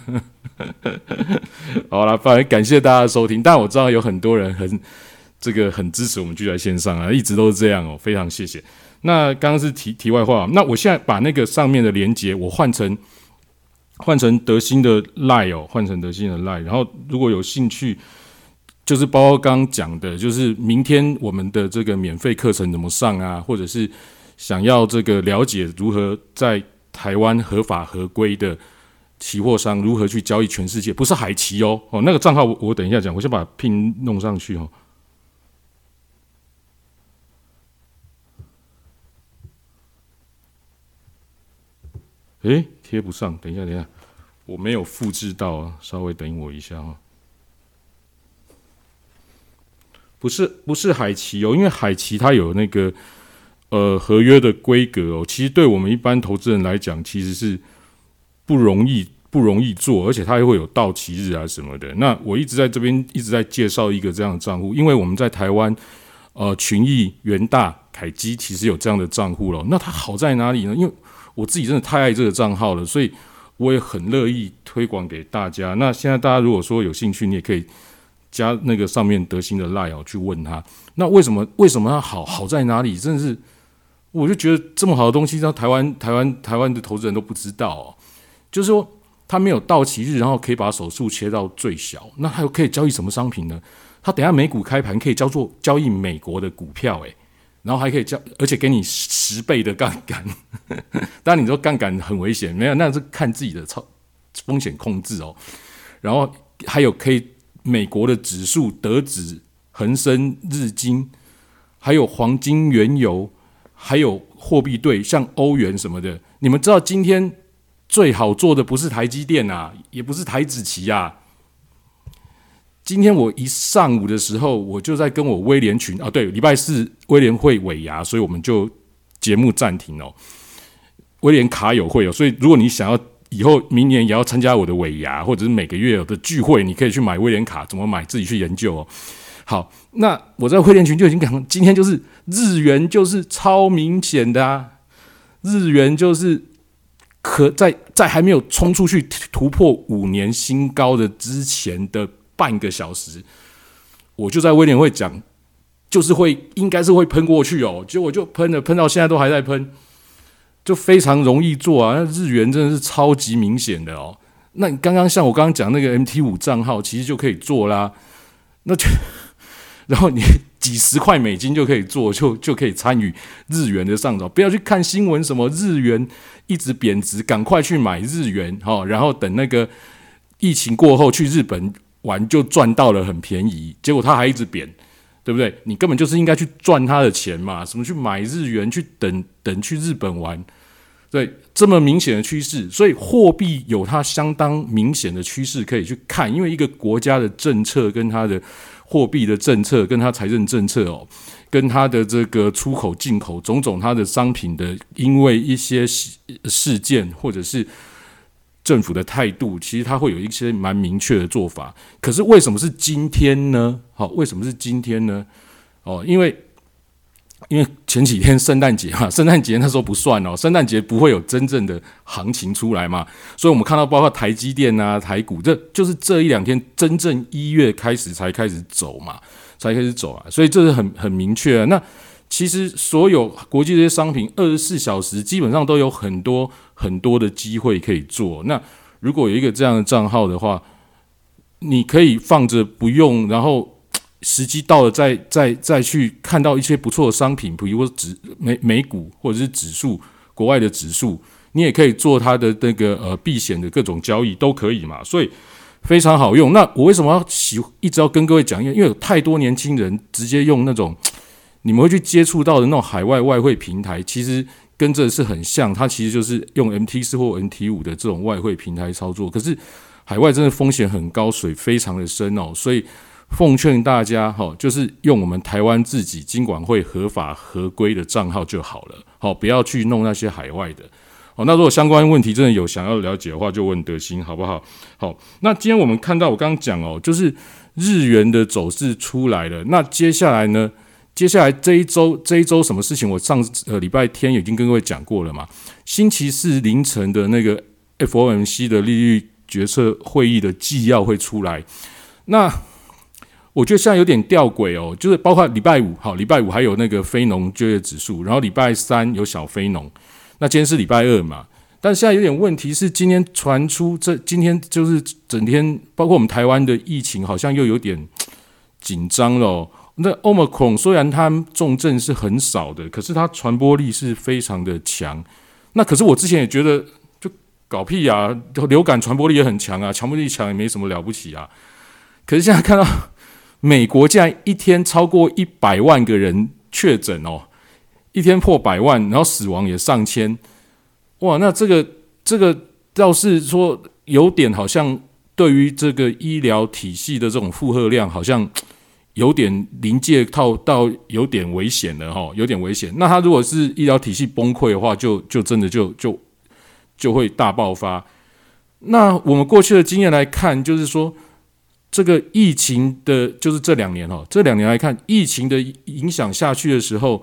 好啦，反正感谢大家的收听。但我知道有很多人很支持我们聚财线上一直都是这样非常谢谢。那刚刚是题外话，那我现在把那个上面的连结我换成德兴的 LINE 换成德兴的 LINE， 然后如果有兴趣，就是包括刚刚讲的，就是明天我们的这个免费课程怎么上或者是想要这个了解如何在台湾合法合规的期货商如何去交易全世界，不是海期那个账号我等一下讲，我先把PIN弄上去贴不上，等一下，我没有复制到稍微等我一下不是海期因为海期它有那个合约的规格其实对我们一般投资人来讲，其实是不容易做，而且它还会有到期日什么的。那我一直在这边一直在介绍一个这样的账户，因为我们在台湾群益、元大凯基其实有这样的账户了。那它好在哪里呢？因为我自己真的太爱这个账号了，所以我也很乐意推广给大家。那现在大家如果说有兴趣，你也可以加那个上面德兴的 LINE 去问他。那为什么它好在哪里？真的是，我就觉得这么好的东西，让台湾的投资人都不知道哦。就是说，它没有到期日，然后可以把手数切到最小。那还有可以交易什么商品呢？它等一下美股开盘可以交易美国的股票，然后还可以而且给你10倍的杠杆。当然你说杠杆很危险，没有，那是看自己的风险控制哦。然后还有可以美国的指数、德指、恒生、日经，还有黄金、原油，还有货币对，像欧元什么的。你们知道今天最好做的不是台积电啊，也不是台指期啊。今天我一上午的时候，我就在跟我威廉群对，礼拜四威廉会尾牙，所以我们就节目暂停哦。威廉卡友会所以如果你想要以后明年也要参加我的尾牙，或者是每个月有的聚会，你可以去买威廉卡，怎么买自己去研究哦。好，那我在威廉群就已经讲，今天就是日元就是超明显的啊，日元就是在还没有冲出去突破5年新高的之前的半个小时，我就在威廉会讲，就是应该是会喷过去哦，结果就喷到现在都还在喷，就非常容易做啊。那日元真的是超级明显的哦。那你像我刚刚讲那个 MT5 账号，其实就可以做啦。那就然后你几十块美金就可以做，就可以参与日元的上涨。不要去看新闻什么日元一直贬值，赶快去买日元然后等那个疫情过后去日本玩就赚到了很便宜，结果它还一直贬，对不对？你根本就是应该去赚它的钱嘛，什么去买日元，去等去日本玩，对，这么明显的趋势，所以货币有它相当明显的趋势可以去看，因为一个国家的政策跟它的货币的政策，跟它财政政策跟它的这个出口进口种种它的商品的，因为一些事件或者是政府的态度，其实它会有一些蛮明确的做法。可是为什么是今天呢？为什么是今天呢？因为前几天圣诞节那时候不算圣诞节不会有真正的行情出来嘛，所以我们看到包括台积电啊、台股，这就是这1-2天真正1月才开始走嘛，所以这是很明确那其实所有国际这些商品24小时基本上都有很多很多的机会可以做。那如果有一个这样的账号的话，你可以放着不用，然后时机到了再去看到一些不错的商品，比如说美股或者是指数，国外的指数，你也可以做它的那个避险的各种交易都可以嘛，所以非常好用。那我为什么一直要跟各位讲？因为有太多年轻人直接用那种你们会去接触到的那种海外外汇平台，其实跟这是很像，它其实就是用 MT4 或 MT5 的这种外汇平台操作。可是海外真的风险很高，水非常的深所以奉劝大家就是用我们台湾自己金管会合法合规的账号就好了不要去弄那些海外的那如果相关问题真的有想要了解的话，就问德兴好不好？好，那今天我们看到我刚刚讲就是日元的走势出来了。那接下来这一周什么事情？我上礼拜天已经跟各位讲过了嘛。星期四凌晨的那个 FOMC 的利率决策会议的纪要会出来。那我觉得现在有点吊诡就是包括礼拜五还有那个非农就业指数，然后礼拜三有小非农，那今天是礼拜二嘛。但现在有点问题是，今天传出今天就是整天，包括我们台湾的疫情好像又有点紧张了那 Omicron 虽然它重症是很少的，可是它传播力是非常的强。那可是我之前也觉得就搞屁啊，流感传播力也很强啊，传播力强也没什么了不起啊。可是现在看到美国竟然一天超过100万个人确诊一天破100万，然后死亡也上千，哇！那这个倒是说有点好像对于这个医疗体系的这种负荷量，好像有点临界到有点危险了有点危险。那他如果是医疗体系崩溃的话，就真的就会大爆发。那我们过去的经验来看，就是说这个疫情的，就是这2年来看，疫情的影响下去的时候，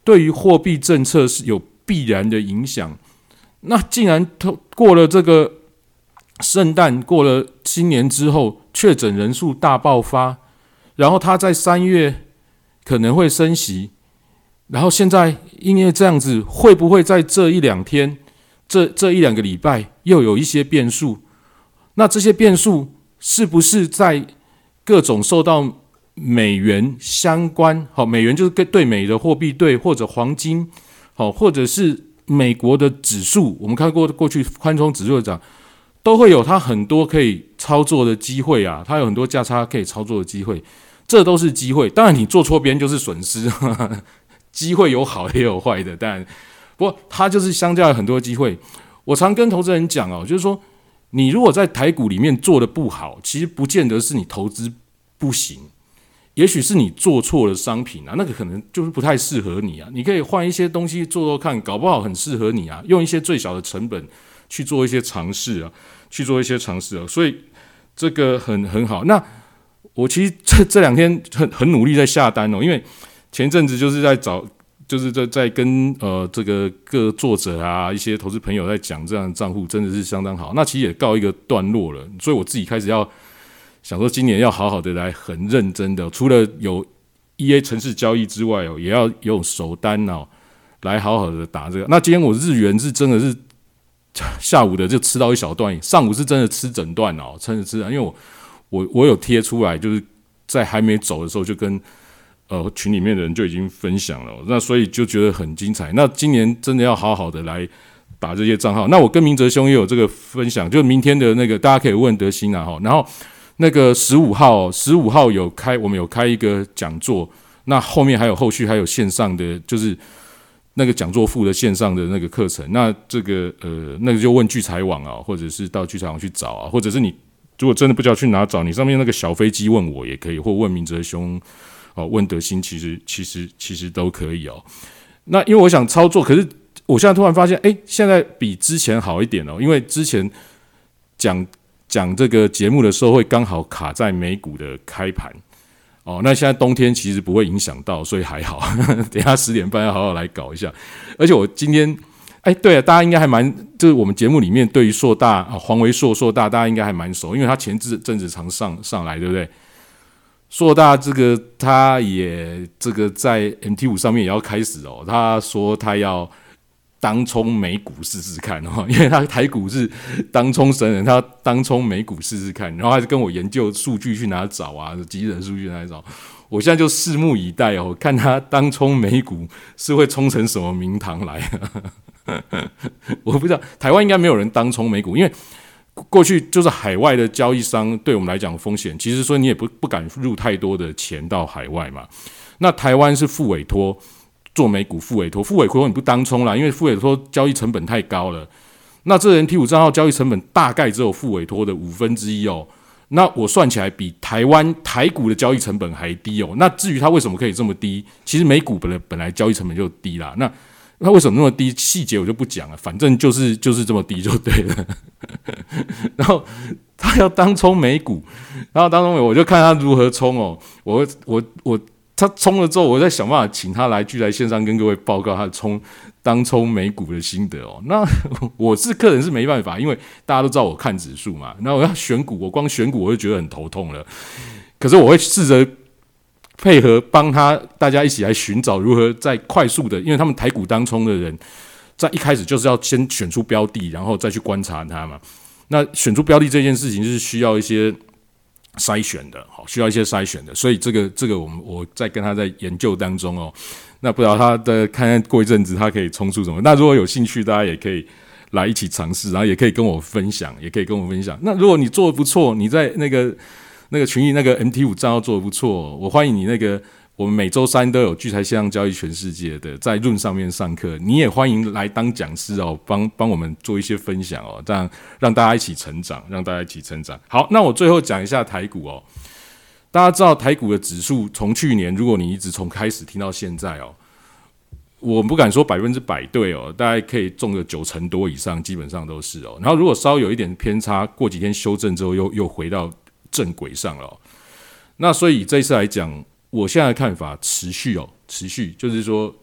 对于货币政策是有必然的影响。那既然过了这个圣诞，过了新年之后，确诊人数大爆发，然后他在3月可能会升息，然后现在因为这样子，会不会在这1-2天，这1-2个礼拜又有一些变数？那这些变数是不是在各种受到美元相关，美元就是对美的货币对，或者黄金，或者是美国的指数，我们看过去宽松指数的涨，都会有它很多可以操作的机会啊，它有很多价差可以操作的机会，这都是机会。当然你做错边就是损失，机会有好也有坏的，当然，不过它就是相较很多机会。我常跟投资人讲就是说，你如果在台股里面做的不好，其实不见得是你投资不行，也许是你做错了商品啊，那个可能就是不太适合你啊。你可以换一些东西做做看，搞不好很适合你啊。用一些最小的成本去做一些尝试啊，所以这个很好。那我其实这2天很努力在下单因为前阵子就是在找，就是在跟这个各作者啊一些投资朋友在讲这样的账户真的是相当好。那其实也告一个段落了，所以我自己开始要想说今年要好好的来很认真的，除了有 EA 程式交易之外也要用手单来好好的打这个。那今天我日元是真的是下午的就吃到一小段，上午是真的吃整段真的吃，因为我有贴出来，就是在还没走的时候就跟群里面的人就已经分享了，那所以就觉得很精彩。那今年真的要好好的来打这些账号。那我跟明哲兄也有这个分享，就明天的那个大家可以问德兴然后那个15号我们有开一个讲座，那后面还有后续还有线上的，就是那个讲座附的线上的那个课程。那这个那个就问聚财网或者是到聚财网去找或者是你如果真的不知道去哪找，你上面那个小飞机问我也可以，或问明哲兄问德兴，其实都可以那因为我想操作，可是我现在突然发现现在比之前好一点因为之前讲这个节目的时候会刚好卡在美股的开盘那现在冬天其实不会影响到，所以还好等一下10点半要好好来搞一下。而且我今天对大家应该还蛮，就是我们节目里面对于硕大黄维硕大家应该还蛮熟，因为他前阵子常上来，对不对？硕大这个他也这个在 MT5 上面也要开始他说他要当冲美股试试看因为他台股是当冲神人，他当冲美股试试看，然后还是跟我研究数据去哪找基本数据去哪找。我现在就拭目以待看他当冲美股是会冲成什么名堂来我不知道，台湾应该没有人当冲美股，因为过去就是海外的交易商对我们来讲风险，其实说你也不敢入太多的钱到海外嘛。那台湾是副委托做美股，副委托你不当冲啦，因为副委托交易成本太高了。那这人 T5 账号交易成本大概只有副委托的1/5那我算起来比台股的交易成本还低那至于它为什么可以这么低，其实美股本来交易成本就低啦。那为什么那么低？细节我就不讲了，反正就是这么低就对了。然后他要当冲美股，然后当冲美股我就看他如何冲他冲了之后，我在想办法请他来线上跟各位报告他当冲美股的心得那我是个人是没办法，因为大家都知道我看指数嘛，那我要选股，我光选股我就觉得很头痛了。可是我会试着配合帮大家一起来寻找如何在快速的，因为他们台股当冲的人在一开始就是要先选出标的，然后再去观察它嘛。那选出标的这件事情就是需要一些筛选的，所以这个我在跟他在研究当中那不知道他的看过一阵子他可以冲出什么。那如果有兴趣，大家也可以来一起尝试，然后也可以跟我分享，那如果你做得不错，你在那个群里那个 MT5 账号做得不错，我欢迎你我们每周3都有聚财线上交易全世界的在论上面上课，你也欢迎来当讲师帮我们做一些分享这样让大家一起成长，好，那我最后讲一下台股大家知道台股的指数从去年，如果你一直从开始听到现在我不敢说100%对大概可以中个90%多以上，基本上都是然后如果稍有一点偏差，过几天修正之后又回到正轨上了那所以这一次来讲，我现在的看法持续就是说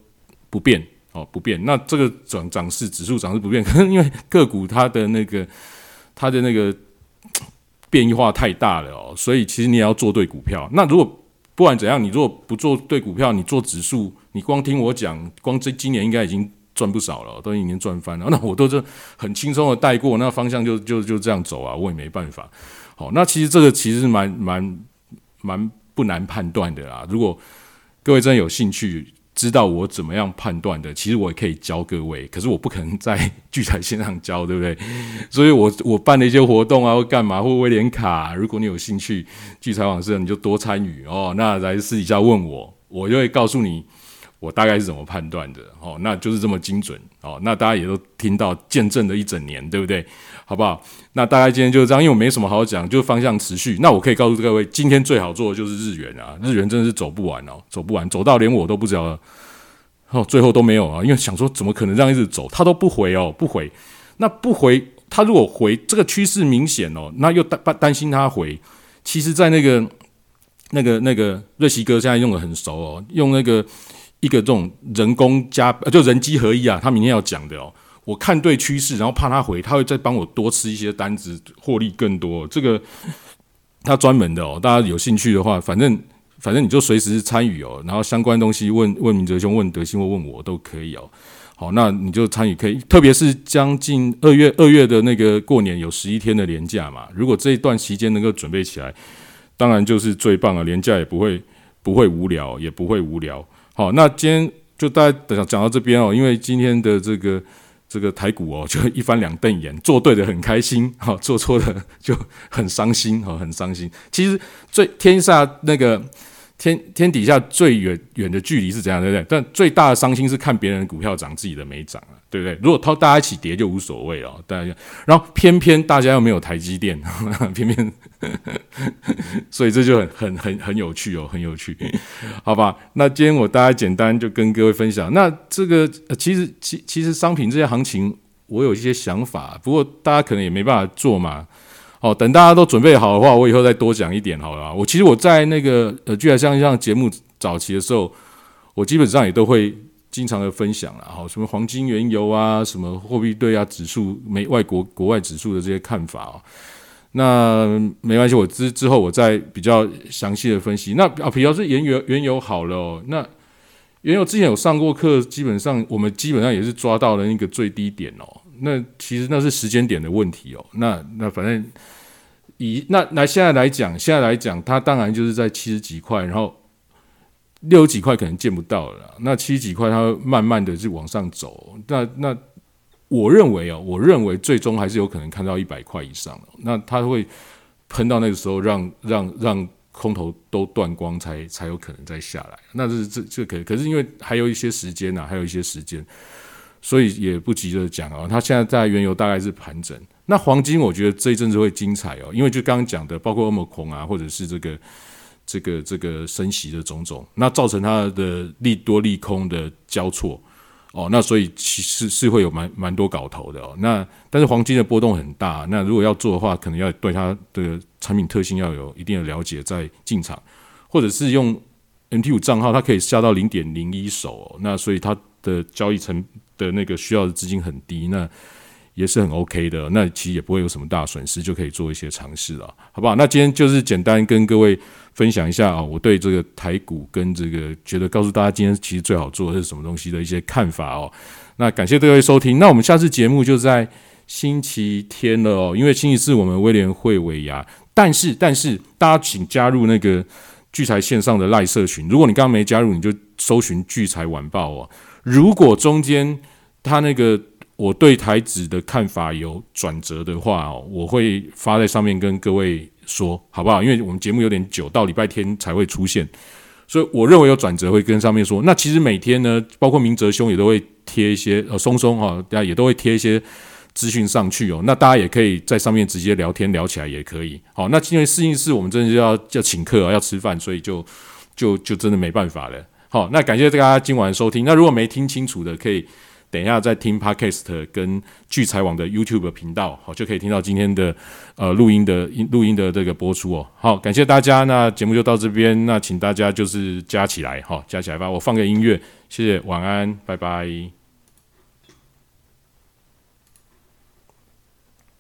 不变不变。那这个涨势指数涨势不变，可能因为个股它的那个变化太大了所以其实你也要做对股票。那如果不管怎样，你如果不做对股票，你做指数，你光听我讲，光今年应该已经赚不少了，都已经赚翻了。那我都是很轻松的带过，那方向就这样走啊，我也没办法。好，那其实这个其实蛮不难判断的啦。如果各位真的有兴趣知道我怎么样判断的，其实我也可以教各位，可是我不可能在聚财线上教，对不对？所以我办的一些活动啊，或干嘛，或威廉卡，如果你有兴趣，聚财网社你就多参与那来私底下问我就会告诉你我大概是怎么判断的那就是这么精准那大家也都听到见证了一整年，对不对？好不好？那大概今天就是这样，因为我没什么好讲，就方向持续。那我可以告诉各位，今天最好做的就是日元啊，日元真的是走不完，走到连我都不知道最后都没有啊，因为想说怎么可能这样一直走，他都不回不回，那不回，他如果回这个趋势明显那又担心他回，其实在那个瑞希哥现在用的很熟用那个一个这种人工就人机合一啊，他明天要讲的我看对趋势，然后怕他回，他会再帮我多吃一些单子，获利更多。这个他专门的大家有兴趣的话，反正你就随时参与然后相关东西问明哲兄、问德兴或问我都可以好，那你就参与可以，特别是将近二月的那个过年有11天的连假嘛，如果这一段期间能够准备起来，当然就是最棒了，连假也不会无聊，也不会无聊。好，那今天就大家讲到这边因为今天的这个台股就一翻两瞪眼，做对的很开心做错的就很伤心很伤心。其实天下那个天底下最远的距离是怎样，对不对？但最大的伤心是看别人的股票涨，自己的没涨对不对？如果大家一起跌就无所谓然后偏偏大家又没有台积电，偏偏所以这就很有趣很有趣，好吧？那今天我大概简单就跟各位分享。那这个其实商品这些行情，我有一些想法，不过大家可能也没办法做嘛。等大家都准备好的话，我以后再多讲一点好了。其实我在那个聚财像节目早期的时候，我基本上也都会经常的分享啦，什么黄金、原油啊，什么货币对指数、国外指数的这些看法那没关系，我之后我再比较详细的分析。那比较是原油好了那原油之前有上过课，我们基本上也是抓到了那个最低点那其实那是时间点的问题那反正现在来讲，它当然就是在70几块，然后60几块可能见不到了啦，那70几块它会慢慢的是往上走。那我认为最终还是有可能看到100块以上那它会喷到那个时候让空头都断光才有可能再下来。那这可是因为还有一些时间所以也不急着讲它现在在原油大概是盘整。那黄金我觉得这一阵子会精彩因为就刚刚讲的，包括欧盟孔或者是这个升息的种种，那造成它的利多利空的交错那所以其实是会有蛮多搞头的但是黄金的波动很大，那如果要做的话，可能要对它的产品特性要有一定的了解再进场，或者是用 MT5 账号，它可以下到 0.01 手那所以它的交易层的那个需要的资金很低，那也是很 OK 的，那其实也不会有什么大损失，就可以做一些尝试了，好不好？那今天就是简单跟各位分享一下我对这个台股跟这个觉得告诉大家今天其实最好做的是什么东西的一些看法那感谢各位收听，那我们下次节目就在星期天了因为星期四我们威廉会尾牙，但是大家请加入那个聚财线上的赖社群，如果你刚刚没加入，你就搜寻聚财晚报如果中间他那个我对台指的看法有转折的话我会发在上面跟各位说，好不好？因为我们节目有点久，到礼拜天才会出现，所以我认为有转折会跟上面说。那其实每天呢，包括明哲兄也都会贴一些松也都会贴一些资讯上去那大家也可以在上面直接聊天聊起来也可以。好，那因为414我们真的要请客要吃饭，所以就真的没办法了。好，那感谢大家今晚的收听。那如果没听清楚的，可以等一下再听 Podcast 跟聚财网的 YouTube 频道，好，就可以听到今天的录音的这个播出好，感谢大家，那节目就到这边，那请大家就是加起来吧，我放个音乐谢谢，晚安，拜拜。